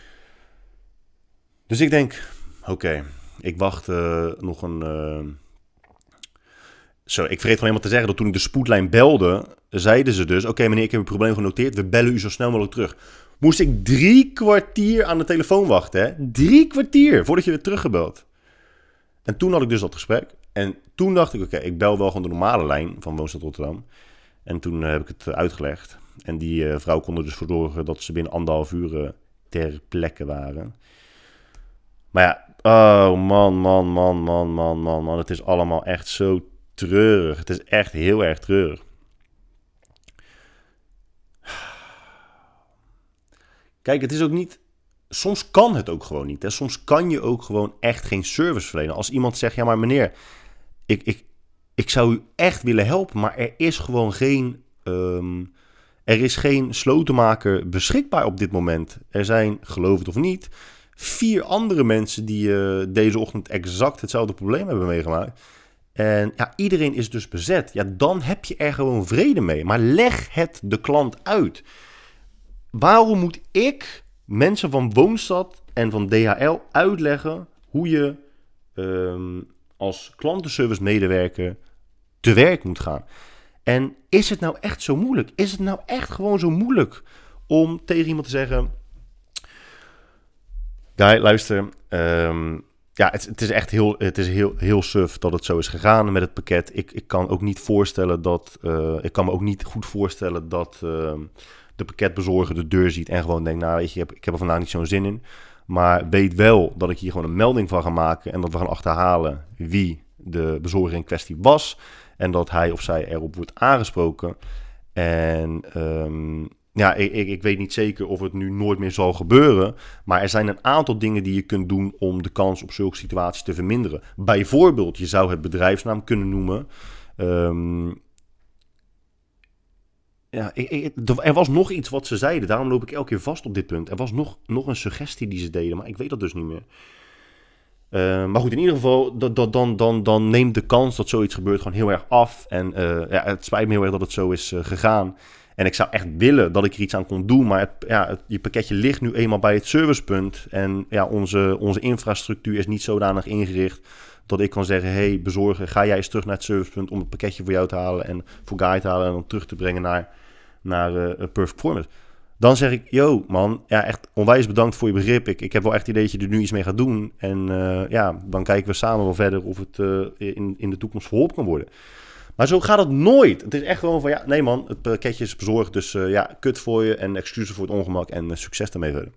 Dus ik denk, oké, okay, ik wacht uh, nog een... Uh... Zo, ik vergeet gewoon helemaal te zeggen dat toen ik de spoedlijn belde, zeiden ze dus, oké okay, meneer, ik heb een probleem genoteerd, we bellen u zo snel mogelijk terug. Moest ik drie kwartier aan de telefoon wachten, hè? Drie kwartier voordat je werd teruggebeld. En toen had ik dus dat gesprek. En toen dacht ik, oké, okay, ik bel wel gewoon de normale lijn van Woonstad Rotterdam. En toen uh, heb ik het uh, uitgelegd. En die uh, vrouw kon er dus voor zorgen dat ze binnen anderhalf uur uh, ter plekke waren. Maar ja, oh man, man, man, man, man, man, man. Het is allemaal echt zo treurig. Het is echt heel erg treurig. Kijk, het is ook niet... Soms kan het ook gewoon niet. Hè? Soms kan je ook gewoon echt geen service verlenen. Als iemand zegt, ja maar meneer, ik, ik, ik zou u echt willen helpen, maar er is gewoon geen, um, er is geen slotenmaker beschikbaar op dit moment. Er zijn, geloof het of niet, vier andere mensen die uh, deze ochtend exact hetzelfde probleem hebben meegemaakt. En ja, iedereen is dus bezet. Ja, dan heb je er gewoon vrede mee. Maar leg het de klant uit. Waarom moet ik mensen van Woonstad en van D H L uitleggen hoe je um, als klantenservice medewerker te werk moet gaan? En is het nou echt zo moeilijk? Is het nou echt gewoon zo moeilijk om tegen iemand te zeggen, Guy, luister, um, ja, het, het is echt heel, het is heel, heel suf dat het zo is gegaan met het pakket. Ik, ik kan ook niet voorstellen dat, uh, ik kan me ook niet goed voorstellen dat uh, de pakketbezorger de deur ziet en gewoon denkt, nou weet je, ik heb, ik heb er vandaag niet zo'n zin in. Maar weet wel dat ik hier gewoon een melding van ga maken en dat we gaan achterhalen wie de bezorger in kwestie was. En dat hij of zij erop wordt aangesproken. En um, ja, ik, ik, ik weet niet zeker of het nu nooit meer zal gebeuren. Maar er zijn een aantal dingen die je kunt doen om de kans op zulke situaties te verminderen. Bijvoorbeeld, je zou het bedrijfsnaam kunnen noemen. Um, ja, ik, ik, er was nog iets wat ze zeiden. Daarom loop ik elke keer vast op dit punt. Er was nog, nog een suggestie die ze deden, maar ik weet dat dus niet meer. Uh, maar goed, in ieder geval, dat, dat, dan, dan, dan neemt de kans dat zoiets gebeurt gewoon heel erg af. En uh, ja, het spijt me heel erg dat het zo is uh, gegaan. En ik zou echt willen dat ik er iets aan kon doen. Maar het, ja, het, je pakketje ligt nu eenmaal bij het servicepunt. En ja, onze, onze infrastructuur is niet zodanig ingericht dat ik kan zeggen, hey, bezorger, ga jij eens terug naar het servicepunt om het pakketje voor jou te halen en voor Guy te halen en dan terug te brengen naar, naar uh, Perfect Format. Dan zeg ik, yo man, ja, echt onwijs bedankt voor je begrip. Ik, ik heb wel echt het idee dat je er nu iets mee gaat doen. En uh, ja, dan kijken we samen wel verder of het uh, in, in de toekomst verholpen kan worden. Maar zo gaat het nooit. Het is echt gewoon van, ja, nee man, het pakketje is bezorgd. Dus uh, ja, kut voor je en excuses voor het ongemak en uh, succes daarmee verder.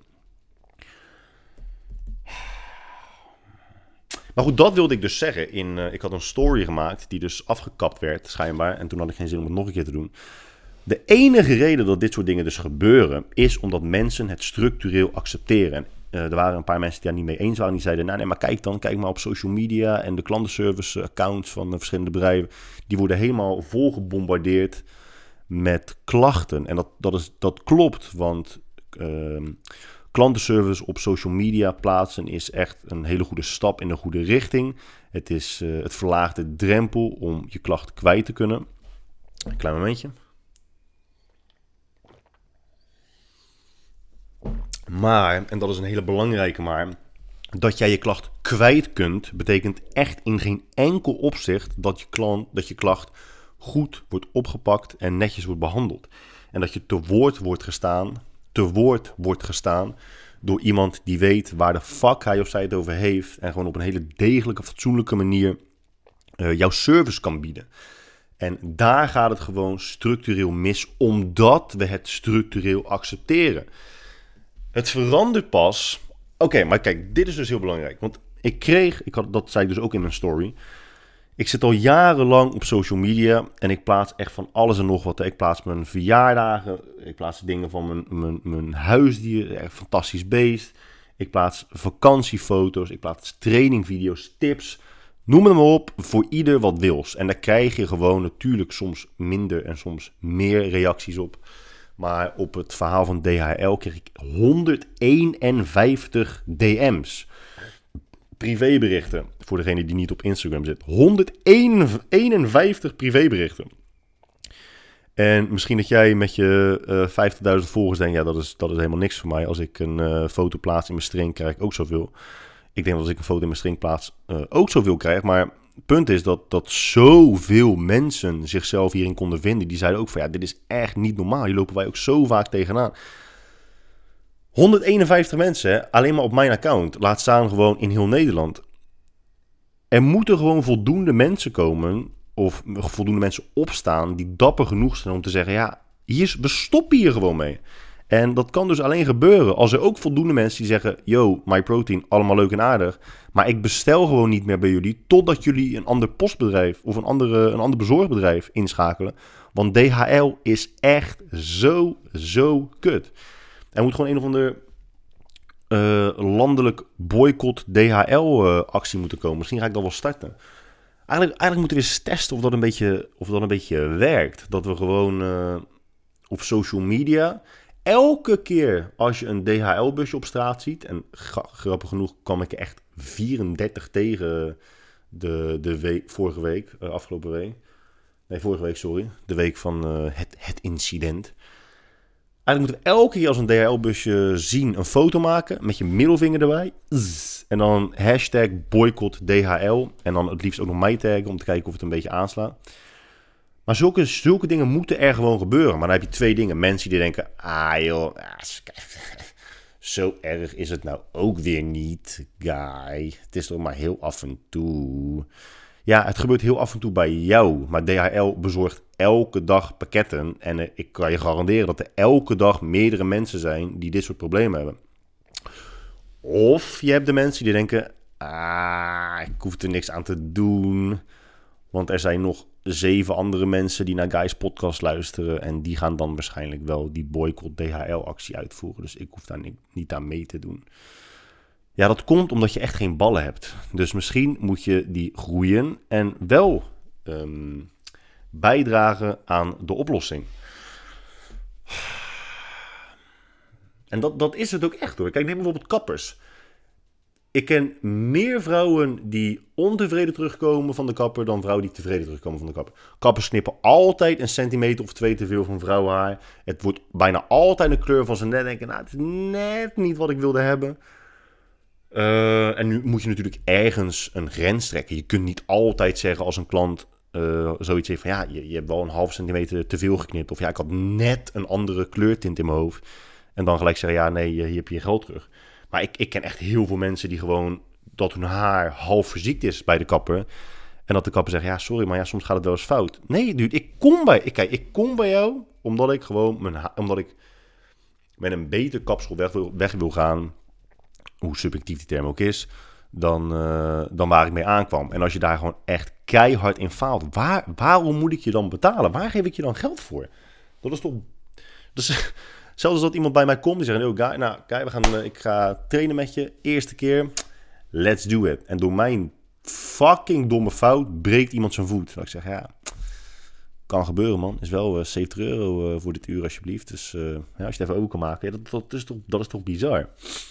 Maar goed, dat wilde ik dus zeggen. In, uh, ik had een story gemaakt die dus afgekapt werd, schijnbaar. En toen had ik geen zin om het nog een keer te doen. De enige reden dat dit soort dingen dus gebeuren, is omdat mensen het structureel accepteren. En, uh, er waren een paar mensen die daar niet mee eens waren. Die zeiden, nou nee, maar kijk dan, kijk maar op social media en de klantenservice accounts van uh, verschillende bedrijven. Die worden helemaal volgebombardeerd met klachten. En dat, dat, is, dat klopt, want uh, klantenservice op social media plaatsen is echt een hele goede stap in de goede richting. Het, is, uh, het verlaagt de drempel om je klacht kwijt te kunnen. Een klein momentje. Maar, en dat is een hele belangrijke maar, dat jij je klacht kwijt kunt, betekent echt in geen enkel opzicht dat je, klant, dat je klacht goed wordt opgepakt en netjes wordt behandeld. En dat je te woord wordt gestaan, te woord wordt gestaan door iemand die weet waar de fuck hij of zij het over heeft en gewoon op een hele degelijke, fatsoenlijke manier uh, jouw service kan bieden. En daar gaat het gewoon structureel mis, omdat we het structureel accepteren. Het verandert pas. Oké, okay, maar kijk, dit is dus heel belangrijk. Want ik kreeg, ik had, dat zei ik dus ook in mijn story. Ik zit al jarenlang op social media en ik plaats echt van alles en nog wat. Ik plaats mijn verjaardagen, ik plaats dingen van mijn, mijn, mijn huisdier, echt fantastisch beest. Ik plaats vakantiefoto's, ik plaats trainingvideo's, tips. Noem het maar op, voor ieder wat wils. En daar krijg je gewoon natuurlijk soms minder en soms meer reacties op. Maar op het verhaal van D H L kreeg ik honderdeenenvijftig D M's. Privéberichten, voor degene die niet op Instagram zit. honderdeenenvijftig privéberichten. En misschien dat jij met je uh, vijftigduizend volgers denkt, ja, dat is, dat is helemaal niks voor mij. Als ik een uh, foto plaats in mijn string, krijg ik ook zoveel. Ik denk dat als ik een foto in mijn string plaats, uh, ook zoveel krijg. Maar het punt is dat, dat zoveel mensen zichzelf hierin konden vinden. Die zeiden ook van, ja, dit is echt niet normaal. Hier lopen wij ook zo vaak tegenaan. honderdeenenvijftig mensen, hè, alleen maar op mijn account. Laat staan gewoon in heel Nederland. Er moeten gewoon voldoende mensen komen, of voldoende mensen opstaan, die dapper genoeg zijn om te zeggen, ja, hier, we stoppen hier gewoon mee. En dat kan dus alleen gebeuren als er ook voldoende mensen die zeggen, yo, MyProtein, allemaal leuk en aardig, maar ik bestel gewoon niet meer bij jullie totdat jullie een ander postbedrijf of een, andere, een ander bezorgbedrijf inschakelen. Want D H L is echt zo, zo kut. Er moet gewoon een of ander uh, landelijk boycott D H L-actie uh, moeten komen. Misschien ga ik dat wel starten. Eigenlijk, eigenlijk moeten we eens testen of dat een beetje, of dat een beetje werkt. Dat we gewoon uh, op social media, elke keer als je een D H L-busje op straat ziet, en gra- grappig genoeg kwam ik er echt vierendertig tegen de, de week, vorige week, uh, afgelopen week. Nee, vorige week, sorry. De week van uh, het, het incident. Eigenlijk moeten we elke keer als een D H L-busje zien een foto maken met je middelvinger erbij. En dan hashtag boycott D H L. En dan het liefst ook nog mij taggen om te kijken of het een beetje aanslaat. Maar zulke, zulke dingen moeten er gewoon gebeuren. Maar dan heb je twee dingen. Mensen die denken, ah joh, zo erg is het nou ook weer niet, guy. Het is toch maar heel af en toe. Ja, het gebeurt heel af en toe bij jou. Maar D H L bezorgt elke dag pakketten. En uh, ik kan je garanderen dat er elke dag meerdere mensen zijn die dit soort problemen hebben. Of je hebt de mensen die denken, ah, ik hoef er niks aan te doen. Want er zijn nog zeven andere mensen die naar Guy's podcast luisteren. En die gaan dan waarschijnlijk wel die boycott D H L-actie uitvoeren. Dus ik hoef daar niet, niet aan mee te doen. Ja, dat komt omdat je echt geen ballen hebt. Dus misschien moet je die groeien en wel um, bijdragen aan de oplossing. En dat, dat is het ook echt hoor. Kijk, neem bijvoorbeeld kappers. Ik ken meer vrouwen die ontevreden terugkomen van de kapper dan vrouwen die tevreden terugkomen van de kapper. Kappers knippen altijd een centimeter of twee te veel van vrouwenhaar. Het wordt bijna altijd een kleur van zijn net. Denken, nou, het is net niet wat ik wilde hebben. Uh, en nu moet je natuurlijk ergens een grens trekken. Je kunt niet altijd zeggen als een klant uh, zoiets heeft van ja, je, je hebt wel een half centimeter te veel geknipt. Of ja, ik had net een andere kleurtint in mijn hoofd. En dan gelijk zeggen ja, nee, hier heb je je geld terug. Maar ik, ik ken echt heel veel mensen die gewoon dat hun haar half verziekt is bij de kapper. En dat de kapper zegt, ja, sorry, maar ja, soms gaat het wel eens fout. Nee, dude, ik kom bij, ik, kijk, ik kom bij jou omdat ik gewoon mijn ha- omdat ik met een beter kapsel weg wil, weg wil gaan, hoe subjectief die term ook is, dan, uh, dan waar ik mee aankwam. En als je daar gewoon echt keihard in faalt, waar, waarom moet ik je dan betalen? Waar geef ik je dan geld voor? Dat is toch... Dus, zelfs als dat iemand bij mij komt die zegt, oh, Guy, nou, Guy, we gaan, uh, ik ga trainen met je. Eerste keer, let's do it. En door mijn fucking domme fout breekt iemand zijn voet. Dat ik zeg, ja, kan gebeuren, man. Is wel uh, zeventig euro uh, voor dit uur, alsjeblieft. Dus uh, ja, als je het even open kan maken, ja, dat, dat, is toch, dat is toch bizar.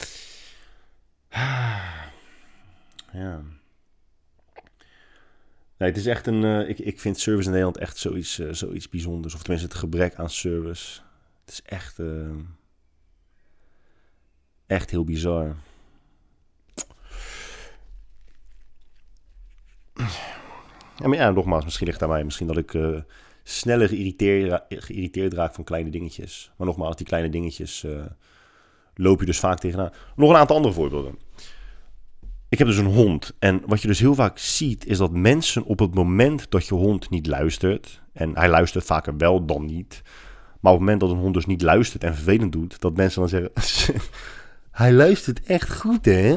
Ja. Nee, het is echt een... Uh, ik, ik vind service in Nederland echt zoiets, uh, zoiets bijzonders. Of tenminste het gebrek aan service. Het is echt... Uh, echt heel bizar. Ja, maar ja, nogmaals, misschien ligt het aan mij. Misschien dat ik uh, sneller geïrriteerd, geïrriteerd raak van kleine dingetjes. Maar nogmaals, die kleine dingetjes uh, loop je dus vaak tegenaan. Nog een aantal andere voorbeelden. Ik heb dus een hond. En wat je dus heel vaak ziet, is dat mensen op het moment dat je hond niet luistert, en hij luistert vaker wel dan niet, maar op het moment dat een hond dus niet luistert en vervelend doet, dat mensen dan zeggen, hij luistert echt goed, hè?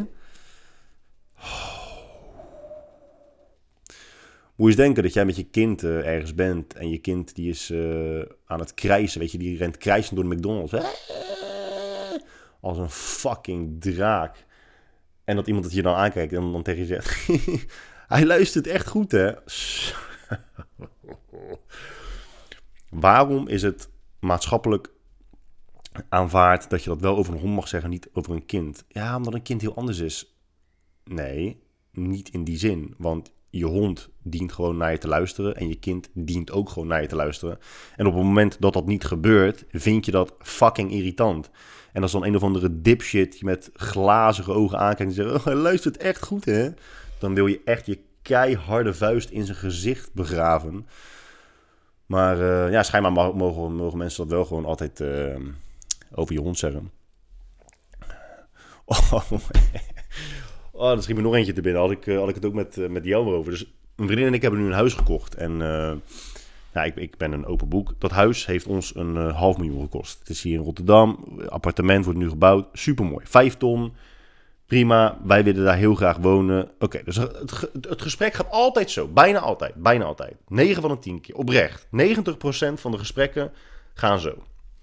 Moet je eens denken dat jij met je kind uh, ergens bent en je kind die is uh, aan het krijsen, weet je, die rent krijsend door de McDonald's. Als een fucking draak. En dat iemand het je dan aankijkt en dan tegen je zegt, hij luistert echt goed, hè? Waarom is het maatschappelijk aanvaard dat je dat wel over een hond mag zeggen, niet over een kind? Ja, omdat een kind heel anders is. Nee, niet in die zin. Want je hond dient gewoon naar je te luisteren en je kind dient ook gewoon naar je te luisteren. En op het moment dat dat niet gebeurt, vind je dat fucking irritant. En als dan een of andere dipshit je met glazige ogen aankijkt en zegt, oh, hij luistert echt goed, hè? Dan wil je echt je keiharde vuist in zijn gezicht begraven. Maar uh, ja, schijnbaar mogen, mogen mensen dat wel gewoon altijd uh, over je hond zeggen. Oh, oh, dat schiet me nog eentje te binnen. Had ik, uh, had ik het ook met, uh, met jou over. Dus een vriendin en ik hebben nu een huis gekocht. En uh, ja, ik, ik ben een open boek. Dat huis heeft ons een uh, half miljoen gekost. Het is hier in Rotterdam. Appartement wordt nu gebouwd. Supermooi. Vijf ton. Prima. Wij willen daar heel graag wonen. Oké, okay, dus het, het gesprek gaat altijd zo. Bijna altijd. Bijna altijd. negen van de tien keer. Oprecht. negentig procent van de gesprekken gaan zo.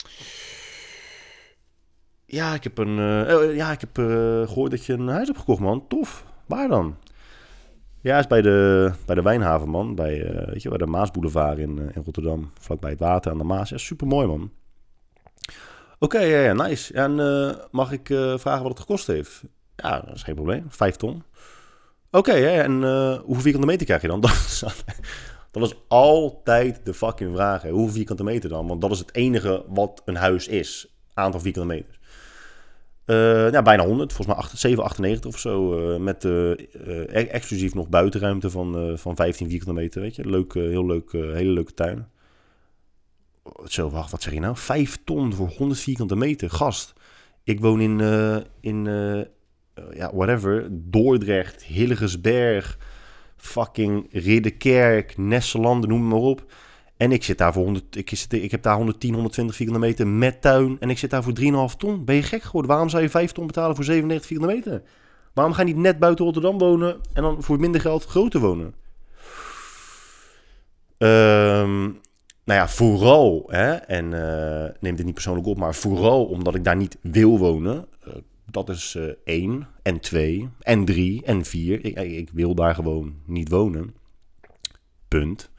Ja, ik heb, een, uh, ja, ik heb uh, gehoord dat je een huis hebt gekocht, man. Tof. Waar dan? Ja, is bij de, bij de Wijnhaven, man. Bij, uh, weet je, bij de Maasboulevard in, uh, in Rotterdam. Vlakbij het water aan de Maas. Ja, supermooi, man. Oké, okay, ja, ja, nice. En uh, mag ik uh, vragen wat het gekost heeft? Ja, dat is geen probleem. Vijf ton. Oké, okay, ja, en uh, hoeveel vierkante meter krijg je dan? Dat is, dat is altijd de fucking vraag. Hè. Hoeveel vierkante meter dan? Want dat is het enige wat een huis is. Aantal vierkante meters. Uh, ja, bijna honderd, volgens mij zeven achtennegentig of zo. Uh, met uh, uh, exclusief nog buitenruimte van, uh, van vijftien vierkante meter, weet je. Leuk, uh, heel leuk, uh, hele leuke tuin. Zo, wacht, wat zeg je nou? Vijf ton voor honderd vierkante meter, gast. Ik woon in, uh, in uh, uh, ja, whatever, Dordrecht, Hillegersberg, fucking Ridderkerk, Nesselanden, noem maar op. En ik zit daar voor honderd, ik, zit, ik heb daar honderdtien, honderdtwintig vierkante meter met tuin. En ik zit daar voor drie komma vijf ton. Ben je gek geworden? Waarom zou je vijf ton betalen voor zevenennegentig vierkante meter? Waarom ga je niet net buiten Rotterdam wonen en dan voor minder geld groter wonen? Um, nou ja, vooral, hè, en uh, neem dit niet persoonlijk op, maar vooral omdat ik daar niet wil wonen. Uh, dat is uh, één, en twee, en drie, en vier. Ik, ik wil daar gewoon niet wonen. Punt.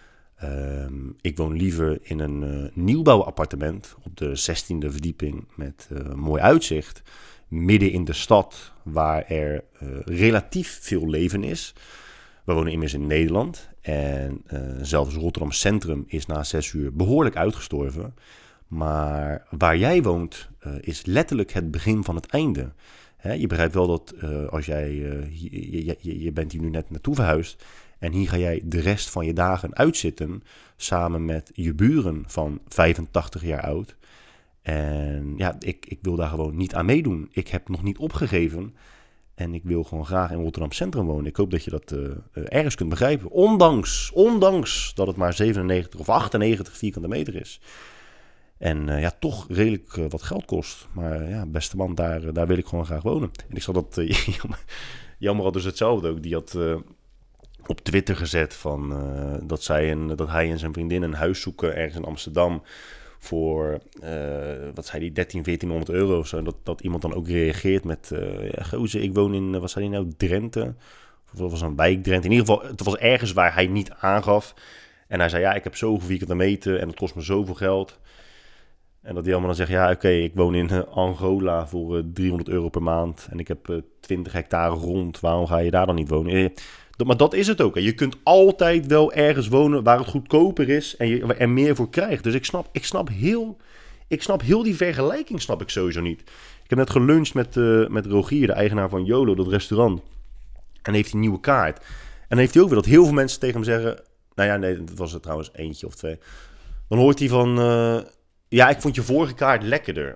Um, ik woon liever in een uh, nieuwbouwappartement op de zestiende verdieping met uh, mooi uitzicht. Midden in de stad waar er uh, relatief veel leven is. We wonen immers in Nederland en uh, zelfs Rotterdam Centrum is na zes uur behoorlijk uitgestorven. Maar waar jij woont uh, is letterlijk het begin van het einde. Hè, je begrijpt wel dat uh, als jij, uh, je, je, je, je bent hier nu net naartoe verhuisd en hier ga jij de rest van je dagen uitzitten samen met je buren van vijfentachtig jaar oud. En ja, ik, ik wil daar gewoon niet aan meedoen. Ik heb nog niet opgegeven. En ik wil gewoon graag in Rotterdam Centrum wonen. Ik hoop dat je dat uh, ergens kunt begrijpen. Ondanks, ondanks dat het maar zevenennegentig of achtennegentig vierkante meter is. En uh, ja, toch redelijk uh, wat geld kost. Maar ja, beste man, daar, uh, daar wil ik gewoon graag wonen. En ik zag dat, uh, jammer had dus hetzelfde ook. Die had uh, op Twitter gezet van, uh, dat, zij en, dat hij en zijn vriendin een huis zoeken ergens in Amsterdam. Voor, uh, wat zei die, dertien, veertienhonderd euro of zo. En dat, dat iemand dan ook reageert met, uh, ja, gozer, ik woon in, uh, wat zei die nou, Drenthe? Of dat was een wijk Drenthe. In ieder geval, het was ergens waar hij niet aangaf. En hij zei, ja, ik heb zoveel vierkante meter en dat kost me zoveel geld. En dat die allemaal dan zegt, ja, oké, okay, ik woon in uh, Angola voor uh, driehonderd euro per maand. En ik heb uh, twintig hectare grond. Waarom ga je daar dan niet wonen? Eh, Maar dat is het ook. Je kunt altijd wel ergens wonen waar het goedkoper is en je er meer voor krijgt. Dus ik snap, ik snap, heel, ik snap heel die vergelijking snap ik sowieso niet. Ik heb net geluncht met, uh, met Rogier, de eigenaar van YOLO, dat restaurant. En heeft hij een nieuwe kaart. En dan heeft hij ook weer dat heel veel mensen tegen hem zeggen... Nou ja, nee, dat was er trouwens eentje of twee. Dan hoort hij van... Uh, ja, ik vond je vorige kaart lekkerder.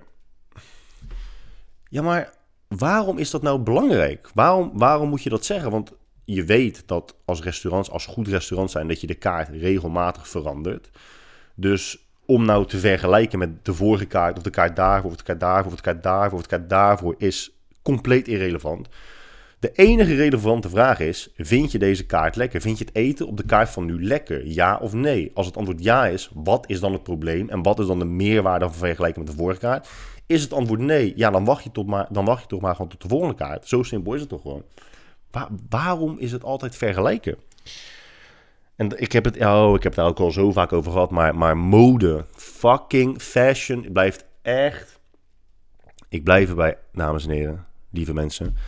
Ja, maar waarom is dat nou belangrijk? Waarom, waarom moet je dat zeggen? Want... Je weet dat als restaurants, als goed restaurants zijn, dat je de kaart regelmatig verandert. Dus om nou te vergelijken met de vorige kaart, of de kaart daarvoor, of de kaart daarvoor, of de kaart daarvoor, of de kaart daarvoor, is compleet irrelevant. De enige relevante vraag is, vind je deze kaart lekker? Vind je het eten op de kaart van nu lekker? Ja of nee? Als het antwoord ja is, wat is dan het probleem? En wat is dan de meerwaarde van vergelijken met de vorige kaart? Is het antwoord nee? Ja, dan wacht je, tot maar, dan wacht je toch maar gewoon tot de volgende kaart. Zo simpel is het toch gewoon. Waar, waarom is het altijd vergelijken? En ik heb het, oh, ik heb het daar ook al zo vaak over gehad, maar, maar mode, fucking fashion, blijft echt... Ik blijf erbij, dames en heren, lieve mensen.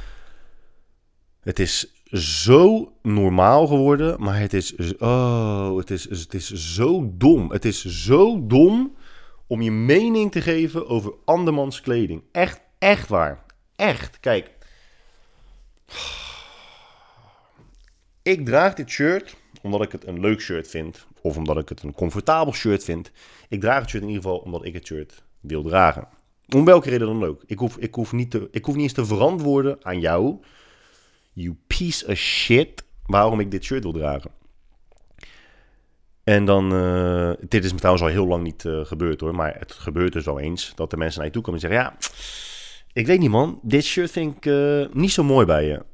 Het is zo normaal geworden, maar het is, oh, het is, het is zo dom. Het is zo dom om je mening te geven over andermans kleding. Echt, echt waar. Echt, kijk... Ik draag dit shirt omdat ik het een leuk shirt vind. Of omdat ik het een comfortabel shirt vind. Ik draag het shirt in ieder geval omdat ik het shirt wil dragen. Om welke reden dan ook. Ik hoef, ik hoef, niet, te, ik hoef niet eens te verantwoorden aan jou. You piece of shit. Waarom ik dit shirt wil dragen. En dan... Uh, dit is me trouwens al heel lang niet uh, gebeurd hoor. Maar het gebeurt dus wel eens. Dat de mensen naar je toe komen en zeggen... Ja, ik weet niet man. Dit shirt vind ik uh, niet zo mooi bij je.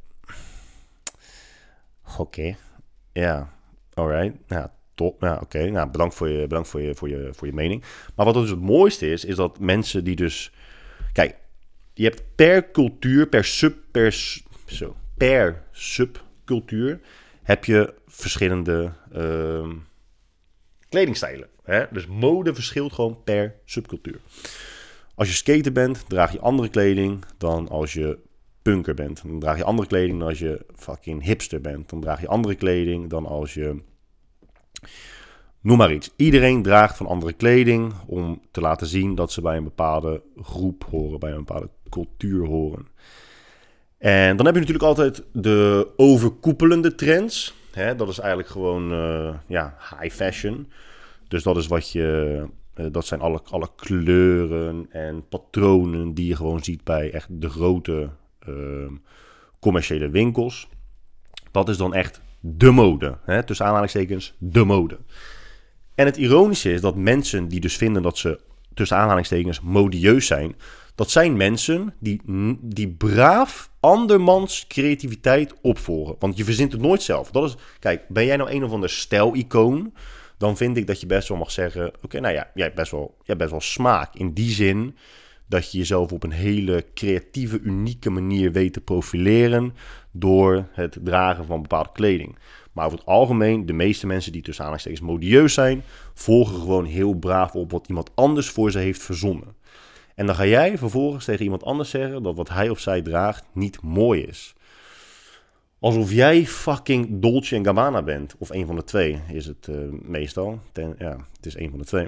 Oké, okay. Ja, alright. Ja, top. Ja, oké. Okay. Nou, bedankt voor je, bedankt voor je, voor je, voor je mening. Maar wat dus het mooiste is, is dat mensen die dus... Kijk, je hebt per cultuur, per sub, per, zo, per subcultuur heb je verschillende uh, kledingstijlen. Hè? Dus mode verschilt gewoon per subcultuur. Als je skater bent, draag je andere kleding dan als je punker bent. Dan draag je andere kleding dan als je fucking hipster bent. Dan draag je andere kleding dan als je... Noem maar iets. Iedereen draagt van andere kleding om te laten zien dat ze bij een bepaalde groep horen, bij een bepaalde cultuur horen. En dan heb je natuurlijk altijd de overkoepelende trends. Hè? Dat is eigenlijk gewoon uh, ja, high fashion. Dus dat is wat je... Uh, dat zijn alle, alle kleuren en patronen die je gewoon ziet bij echt de grote uh, commerciële winkels. Dat is dan echt de mode. Hè? Tussen aanhalingstekens de mode. En het ironische is dat mensen die dus vinden dat ze tussen aanhalingstekens modieus zijn, Dat zijn mensen die, die braaf andermans creativiteit opvolgen. Want je verzint het nooit zelf. Dat is, kijk, ben jij nou een of ander stijlicoon, dan vind ik dat je best wel mag zeggen, oké, okay, nou ja, jij hebt best wel, jij hebt best wel smaak. In die zin dat je jezelf op een hele creatieve, unieke manier weet te profileren door het dragen van bepaalde kleding. Maar over het algemeen, de meeste mensen die tussen aanhalingstekens modieus zijn, volgen gewoon heel braaf op wat iemand anders voor ze heeft verzonnen. En dan ga jij vervolgens tegen iemand anders zeggen dat wat hij of zij draagt niet mooi is. Alsof jij fucking Dolce en Gabbana bent. Of een van de twee is het uh, meestal. Ten, ja, het is een van de twee.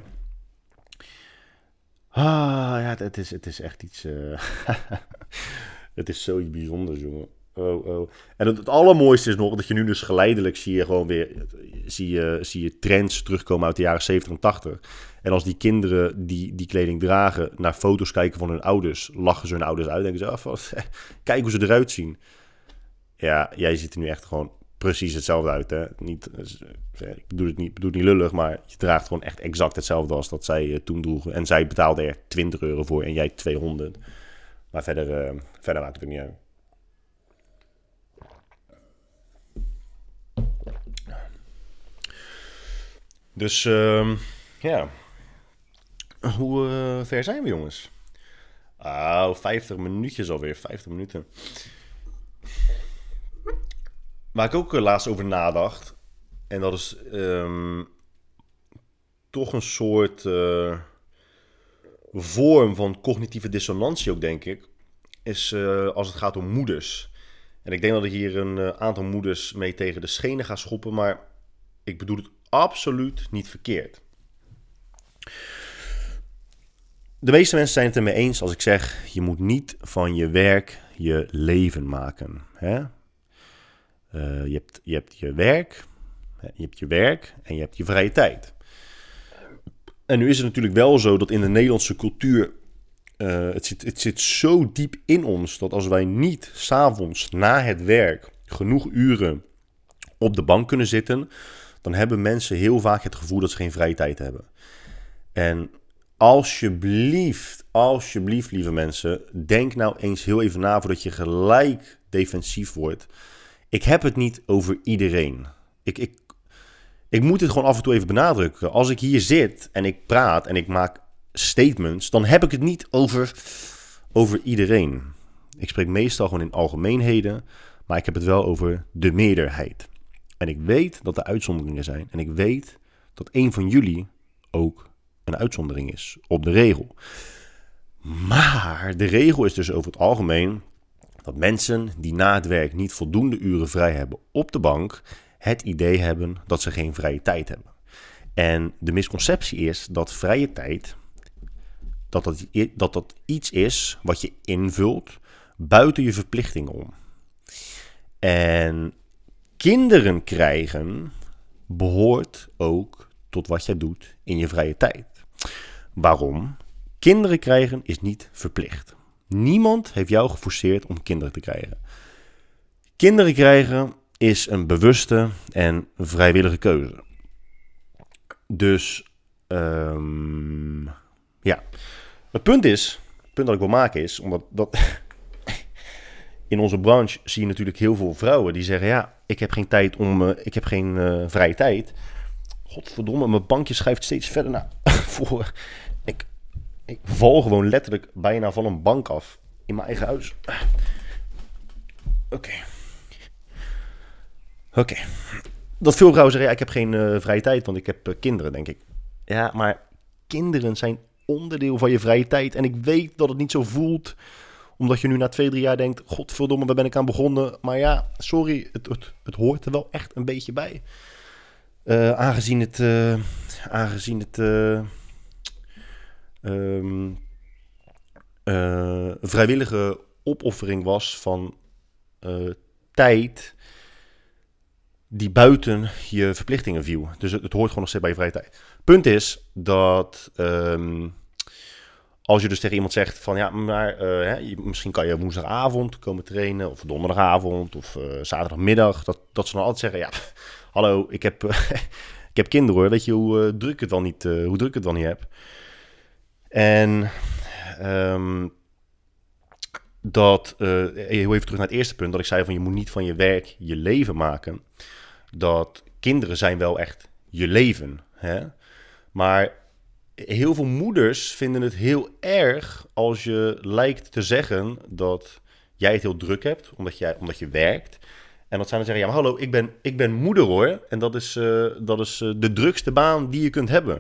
Ah, ja, het is, het is echt iets... Uh, het is zoiets bijzonders, jongen. Oh, oh. En het, het allermooiste is nog dat je nu dus geleidelijk zie je gewoon weer... Zie je, zie je trends terugkomen uit de jaren zeventig en tachtig. En als die kinderen die die kleding dragen naar foto's kijken van hun ouders, lachen ze hun ouders uit. Denken ze, oh, wat, kijk hoe ze eruit zien. Ja, jij ziet er nu echt gewoon precies hetzelfde uit. Hè? Niet, ik bedoel het niet, bedoel het niet lullig, maar je draagt gewoon echt exact hetzelfde als dat zij uh, toen droegen. En zij betaalde er twintig euro voor en jij tweehonderd. Maar verder, uh, verder maakt het ook niet uit. Dus uh, ja, hoe uh, ver zijn we, jongens? Ah, oh, vijftig minuutjes alweer, vijftig minuten. Waar ik ook uh, laatst over nadacht, en dat is um, toch een soort uh, vorm van cognitieve dissonantie ook, denk ik, is uh, als het gaat om moeders. En ik denk dat ik hier een uh, aantal moeders mee tegen de schenen ga schoppen, maar ik bedoel het absoluut niet verkeerd. De meeste mensen zijn het ermee eens als ik zeg, je moet niet van je werk je leven maken. Hè? Uh, je, hebt, je hebt je werk, je hebt je werk en je hebt je vrije tijd. En nu is het natuurlijk wel zo dat in de Nederlandse cultuur, uh, het, zit, het zit zo diep in ons dat als wij niet 's avonds na het werk genoeg uren op de bank kunnen zitten, dan hebben mensen heel vaak het gevoel dat ze geen vrije tijd hebben. En alsjeblieft, alsjeblieft, lieve mensen, denk nou eens heel even na voordat je gelijk defensief wordt. Ik heb het niet over iedereen. Ik, ik, ik moet het gewoon af en toe even benadrukken. Als ik hier zit en ik praat en ik maak statements, dan heb ik het niet over, over iedereen. Ik spreek meestal gewoon in algemeenheden, maar ik heb het wel over de meerderheid. En ik weet dat er uitzonderingen zijn. En ik weet dat een van jullie ook een uitzondering is op de regel. Maar de regel is dus over het algemeen dat mensen die na het werk niet voldoende uren vrij hebben op de bank, het idee hebben dat ze geen vrije tijd hebben. En de misconceptie is dat vrije tijd, dat dat, dat, dat iets is wat je invult buiten je verplichtingen om. En kinderen krijgen behoort ook tot wat jij doet in je vrije tijd. Waarom? Kinderen krijgen is niet verplicht. Niemand heeft jou geforceerd om kinderen te krijgen. Kinderen krijgen is een bewuste en vrijwillige keuze. Dus, um, ja. Het punt is, het punt dat ik wil maken is, omdat dat in onze branche zie je natuurlijk heel veel vrouwen die zeggen, ja, ik heb geen tijd om, uh, ik heb geen uh, vrije tijd. Godverdomme, mijn bankje schuift steeds verder naar voren. Ik, ik val gewoon letterlijk bijna van een bank af in mijn eigen huis. Oké. Okay. Oké. Okay. Dat veel vrouwen zeggen, ja, ik heb geen uh, vrije tijd, want ik heb uh, kinderen, denk ik. Ja, maar kinderen zijn onderdeel van je vrije tijd. En ik weet dat het niet zo voelt, omdat je nu na twee, drie jaar denkt, godverdomme, waar ben ik aan begonnen? Maar ja, sorry, het, het, het hoort er wel echt een beetje bij. Uh, aangezien het, uh, aangezien het uh, um, uh, vrijwillige opoffering was van uh, tijd die buiten je verplichtingen viel. Dus het, het hoort gewoon nog steeds bij je vrije tijd. Punt is dat um, als je dus tegen iemand zegt van ja, maar uh, hè, misschien kan je woensdagavond komen trainen of donderdagavond of uh, zaterdagmiddag, dat, dat ze dan altijd zeggen ja, hallo, ik heb, uh, ik heb kinderen hoor, weet je hoe uh, druk het dan niet, uh, hoe druk het dan niet heb. En um, dat, uh, heel even terug naar het eerste punt, dat ik zei van je moet niet van je werk je leven maken. Dat kinderen zijn wel echt je leven, hè? Maar heel veel moeders vinden het heel erg als je lijkt te zeggen dat jij het heel druk hebt, omdat, jij, omdat je werkt. En dat zij dan zeggen, ja maar hallo, ik ben, ik ben moeder hoor. En dat is, uh, dat is uh, de drukste baan die je kunt hebben.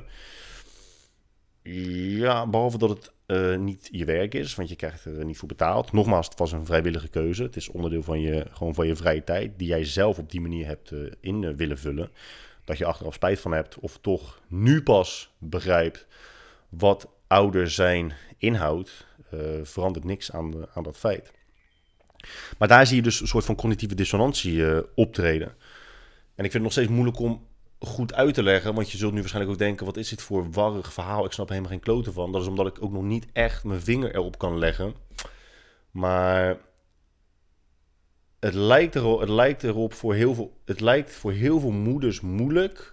Ja, behalve dat het uh, niet je werk is, want je krijgt er niet voor betaald. Nogmaals, het was een vrijwillige keuze. Het is onderdeel van je, gewoon van je vrije tijd, die jij zelf op die manier hebt uh, in uh, willen vullen. Dat je achteraf spijt van hebt, of toch nu pas begrijpt wat ouder zijn inhoudt, uh, verandert niks aan, de, aan dat feit. Maar daar zie je dus een soort van cognitieve dissonantie uh, optreden. En ik vind het nog steeds moeilijk om goed uit te leggen, want je zult nu waarschijnlijk ook denken, wat is dit voor warrig verhaal? Ik snap helemaal geen kloten van. Dat is omdat ik ook nog niet echt mijn vinger erop kan leggen. Maar het lijkt, erop, het lijkt erop voor heel veel, het lijkt voor heel veel moeders moeilijk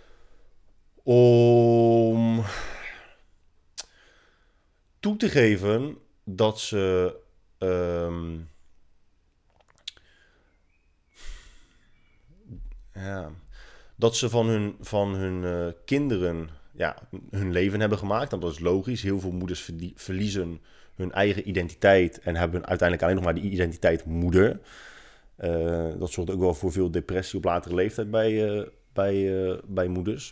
om toe te geven dat ze um, ja, dat ze van hun, van hun uh, kinderen ja, hun leven hebben gemaakt. En dat is logisch. Heel veel moeders verdie- verliezen hun eigen identiteit en hebben uiteindelijk alleen nog maar die identiteit moeder. Uh, dat zorgt ook wel voor veel depressie op latere leeftijd bij, uh, bij, uh, bij moeders.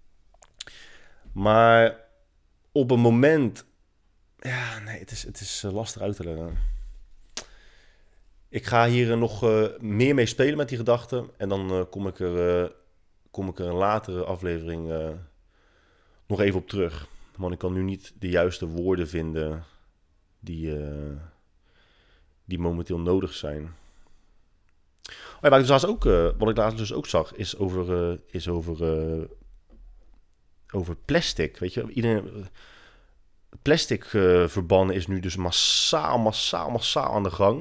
Maar op een moment... Ja, nee, het is, het is lastig uit te leggen. Ik ga hier nog uh, meer mee spelen met die gedachten. En dan uh, kom ik er, uh, kom ik er een latere aflevering uh, nog even op terug. Want ik kan nu niet de juiste woorden vinden die, uh, die momenteel nodig zijn. Oh ja, wat, ik dus laatst ook, uh, wat ik laatst dus ook zag, is over, uh, is over, uh, over plastic. Weet je, iedereen... Plastic uh, verbannen is nu dus massaal, massaal, massaal aan de gang.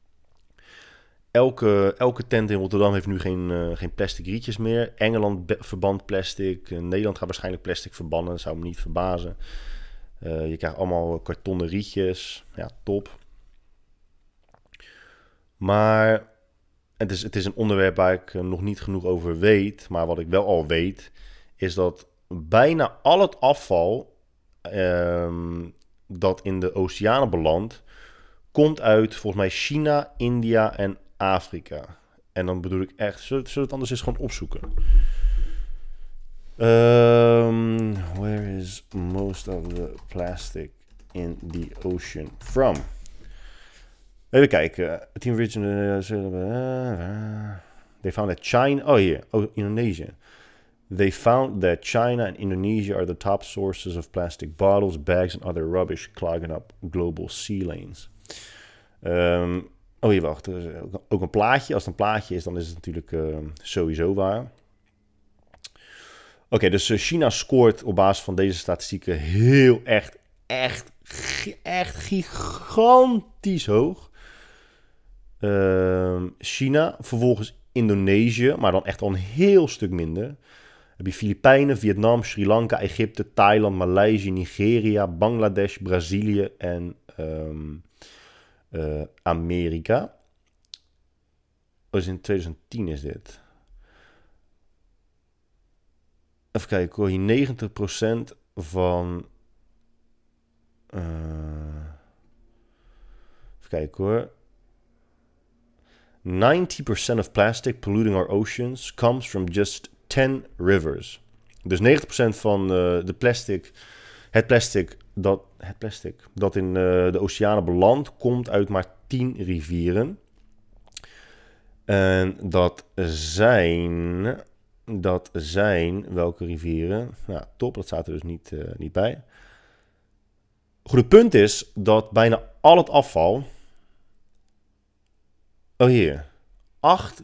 Elke, elke tent in Rotterdam heeft nu geen, uh, geen plastic rietjes meer. Engeland be- verbant plastic. Uh, Nederland gaat waarschijnlijk plastic verbannen. Dat zou me niet verbazen. Uh, je krijgt allemaal kartonnen rietjes. Ja, top. Maar het is, het is een onderwerp waar ik uh, nog niet genoeg over weet. Maar wat ik wel al weet, is dat bijna al het afval... Um, dat in de oceanen belandt, komt uit volgens mij China, India en Afrika. En dan bedoel ik echt, zullen we het anders eens gewoon opzoeken? Um, where is most of the plastic in the ocean from? Even kijken. Team Region. They found that China. Oh, hier. Oh, Indonesia. They found that China and Indonesia are the top sources of plastic bottles, bags and other rubbish clogging up global sea lanes. Um, oh, hier wacht. Er is ook een plaatje. Als het een plaatje is, dan is het natuurlijk uh, sowieso waar. Oké, okay, dus uh, China scoort op basis van deze statistieken heel echt, echt, echt gigantisch hoog. Uh, China, vervolgens Indonesië, maar dan echt al een heel stuk minder. Heb je Filipijnen, Vietnam, Sri Lanka, Egypte, Thailand, Maleisië, Nigeria, Bangladesh, Brazilië en um, uh, Amerika. Dus in twintig tien is dit. Even kijken hoor, hier negentig procent van... Uh, even kijken hoor. ninety percent of plastic polluting our oceans comes from just ten rivers. Dus negentig procent van uh, de plastic, het plastic dat, het plastic dat in uh, de oceanen belandt, komt uit maar tien rivieren. En dat zijn, dat zijn, welke rivieren? Nou, top, dat staat er dus niet, uh, niet bij. Goed, het punt is dat bijna al het afval... Oh, hier. Acht...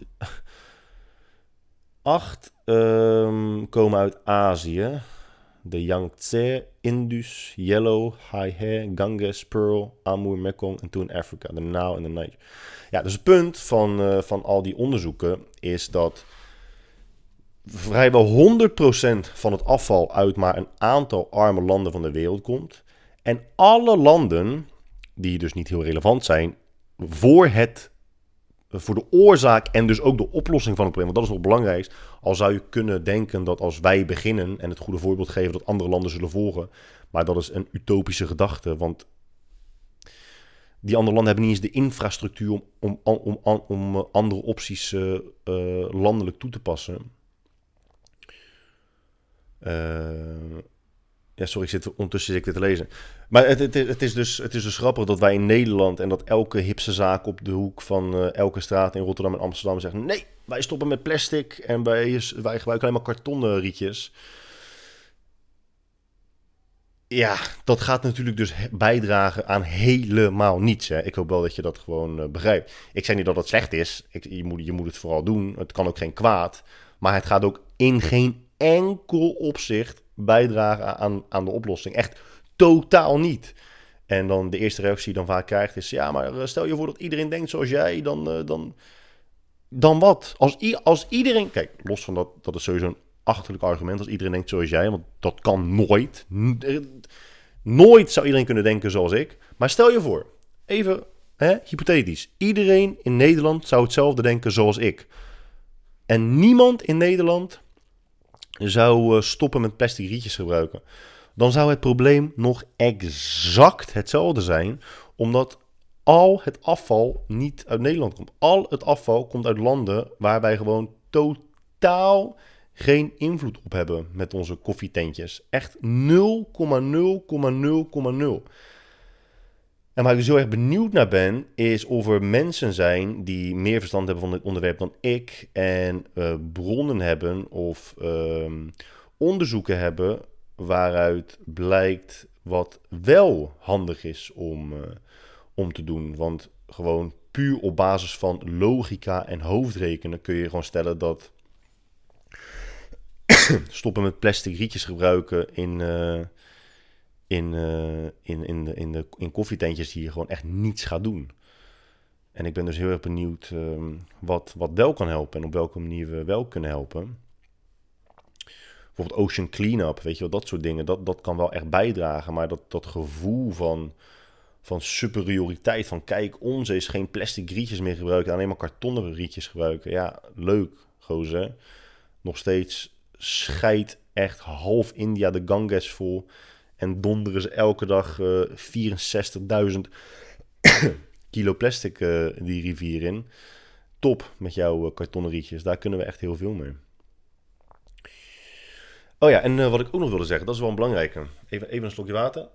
Acht um, komen uit Azië. De Yangtze, Indus, Yellow, Hai-he, Ganges, Pearl, Amur, Mekong en toen Afrika. De Nile en de Niger. Ja, dus het punt van, uh, van al die onderzoeken is dat vrijwel honderd procent van het afval uit maar een aantal arme landen van de wereld komt. En alle landen die dus niet heel relevant zijn voor het, voor de oorzaak en dus ook de oplossing van het probleem. Want dat is nog belangrijkst. Al zou je kunnen denken dat als wij beginnen en het goede voorbeeld geven, dat andere landen zullen volgen. Maar dat is een utopische gedachte, want die andere landen hebben niet eens de infrastructuur om, om, om, om, om andere opties uh, uh, landelijk toe te passen. Uh, ja, sorry, ik zit, ondertussen zit ik dit te lezen. Maar het, het, het, is dus, het is dus grappig dat wij in Nederland en dat elke hipse zaak op de hoek van uh, elke straat in Rotterdam en Amsterdam zegt: nee, wij stoppen met plastic en wij, wij gebruiken alleen maar kartonnen rietjes. Ja, dat gaat natuurlijk dus bijdragen aan helemaal niets. Hè. Ik hoop wel dat je dat gewoon uh, begrijpt. Ik zeg niet dat het slecht is. Ik, je, moet, je moet het vooral doen. Het kan ook geen kwaad. Maar het gaat ook in geen enkel opzicht bijdragen aan, aan de oplossing. Echt totaal niet. En dan de eerste reactie die je dan vaak krijgt is: ja, maar stel je voor dat iedereen denkt zoals jij, dan, uh, dan, dan wat? Als, i- als iedereen... Kijk, los van dat, dat is sowieso een achterlijk argument als iedereen denkt zoals jij, want dat kan nooit. Nooit zou iedereen kunnen denken zoals ik. Maar stel je voor, even hè, hypothetisch. Iedereen in Nederland zou hetzelfde denken zoals ik. En niemand in Nederland zou uh, stoppen met plastic rietjes gebruiken. Dan zou het probleem nog exact hetzelfde zijn, omdat al het afval niet uit Nederland komt. Al het afval komt uit landen waar wij gewoon totaal geen invloed op hebben met onze koffietentjes. Echt nul komma nul komma nul komma nul. En waar ik dus heel erg benieuwd naar ben, is of er mensen zijn die meer verstand hebben van dit onderwerp dan ik en uh, bronnen hebben of uh, onderzoeken hebben waaruit blijkt wat wel handig is om, uh, om te doen. Want gewoon puur op basis van logica en hoofdrekenen kun je gewoon stellen dat stoppen met plastic rietjes gebruiken in, uh, in, uh, in, in, de, in, de, in koffietentjes hier gewoon echt niets gaat doen. En ik ben dus heel erg benieuwd uh, wat, wat wel kan helpen en op welke manier we wel kunnen helpen. Bijvoorbeeld ocean cleanup, weet je wel, dat soort dingen, dat, dat kan wel echt bijdragen. Maar dat, dat gevoel van, van superioriteit, van kijk, ons is geen plastic rietjes meer gebruiken, alleen maar kartonnen rietjes gebruiken. Ja, leuk, gozer. Nog steeds scheidt echt half India de Ganges vol en donderen ze elke dag uh, vierenzestigduizend kilo plastic uh, die rivier in. Top met jouw uh, kartonnen rietjes, daar kunnen we echt heel veel mee. Oh ja, en uh, wat ik ook nog wilde zeggen, dat is wel een belangrijke. Even, even een slokje water.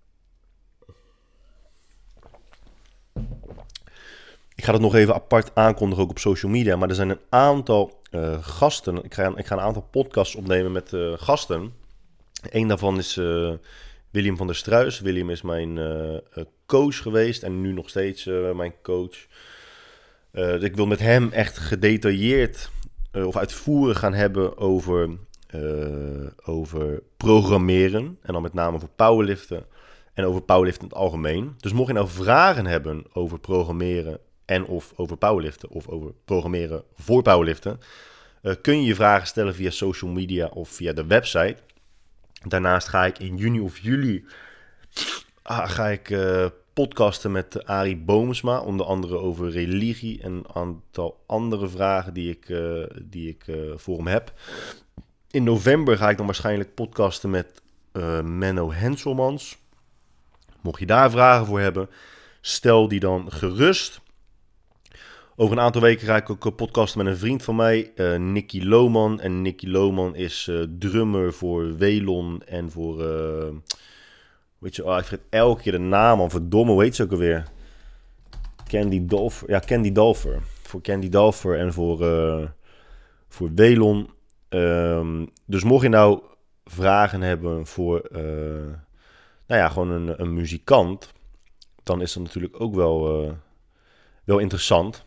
Ik ga het nog even apart aankondigen, ook op social media. Maar er zijn een aantal uh, gasten. Ik ga, ik ga een aantal podcasts opnemen met uh, gasten. Eén daarvan is uh, William van der Struijs. William is mijn uh, coach geweest en nu nog steeds uh, mijn coach. Uh, dus ik wil met hem echt gedetailleerd uh, of uitvoerig gaan hebben over, uh, over programmeren. En dan met name voor powerliften en over powerliften in het algemeen. Dus mocht je nou vragen hebben over programmeren en of over powerliften of over programmeren voor powerliften, uh, kun je je vragen stellen via social media of via de website. Daarnaast ga ik in juni of juli ah, ga ik uh, podcasten met Arie Boomsma, onder andere over religie en een aantal andere vragen die ik, uh, die ik uh, voor hem heb. In november ga ik dan waarschijnlijk podcasten met uh, Menno Henselmans. Mocht je daar vragen voor hebben, stel die dan gerust. Over een aantal weken ga ik ook podcasten met een vriend van mij, uh, Nicky Lohman. En Nicky Lohman is uh, drummer voor Welon en voor... Uh, weet je, oh, ik vergeet elke keer de naam al. Verdomme, hoe heet ze ook alweer? Candy Dolfer. Ja, Candy Dolfer. Voor Candy Dolfer en voor, uh, voor Welon. Um, dus mocht je nou vragen hebben voor... Uh, nou ja, gewoon een, een muzikant, dan is dat natuurlijk ook wel, uh, wel interessant.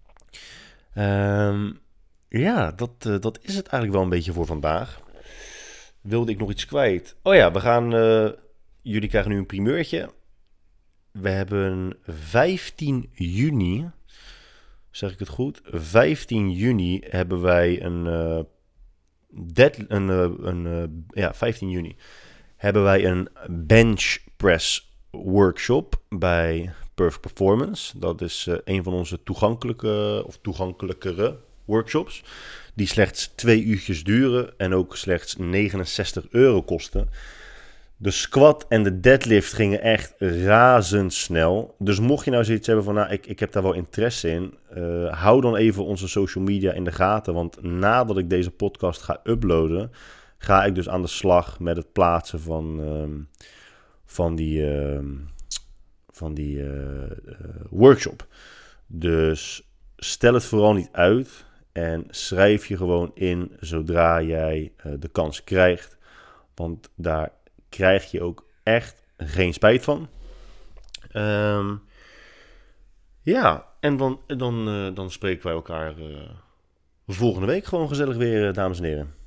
Um, ja, dat, uh, dat is het eigenlijk wel een beetje voor vandaag. Wilde ik nog iets kwijt? Oh ja, we gaan... Uh, jullie krijgen nu een primeurtje. We hebben vijftien juni... Zeg ik het goed? vijftien juni hebben wij een... Uh, dead, een, uh, een uh, ja, vijftien juni... hebben wij een bench press workshop bij Perfect Performance. Dat is uh, een van onze toegankelijke of toegankelijkere workshops. Die slechts twee uurtjes duren en ook slechts negenenzestig euro kosten. De squat en de deadlift gingen echt razendsnel. Dus mocht je nou zoiets hebben van, nou, ik, ik heb daar wel interesse in. Uh, hou dan even onze social media in de gaten. Want nadat ik deze podcast ga uploaden, ga ik dus aan de slag met het plaatsen van, um, van die, um, van die uh, uh, workshop. Dus stel het vooral niet uit en schrijf je gewoon in zodra jij uh, de kans krijgt. Want daar krijg je ook echt geen spijt van. Um, ja, en dan, dan, uh, dan spreken wij elkaar uh, volgende week gewoon gezellig weer, dames en heren.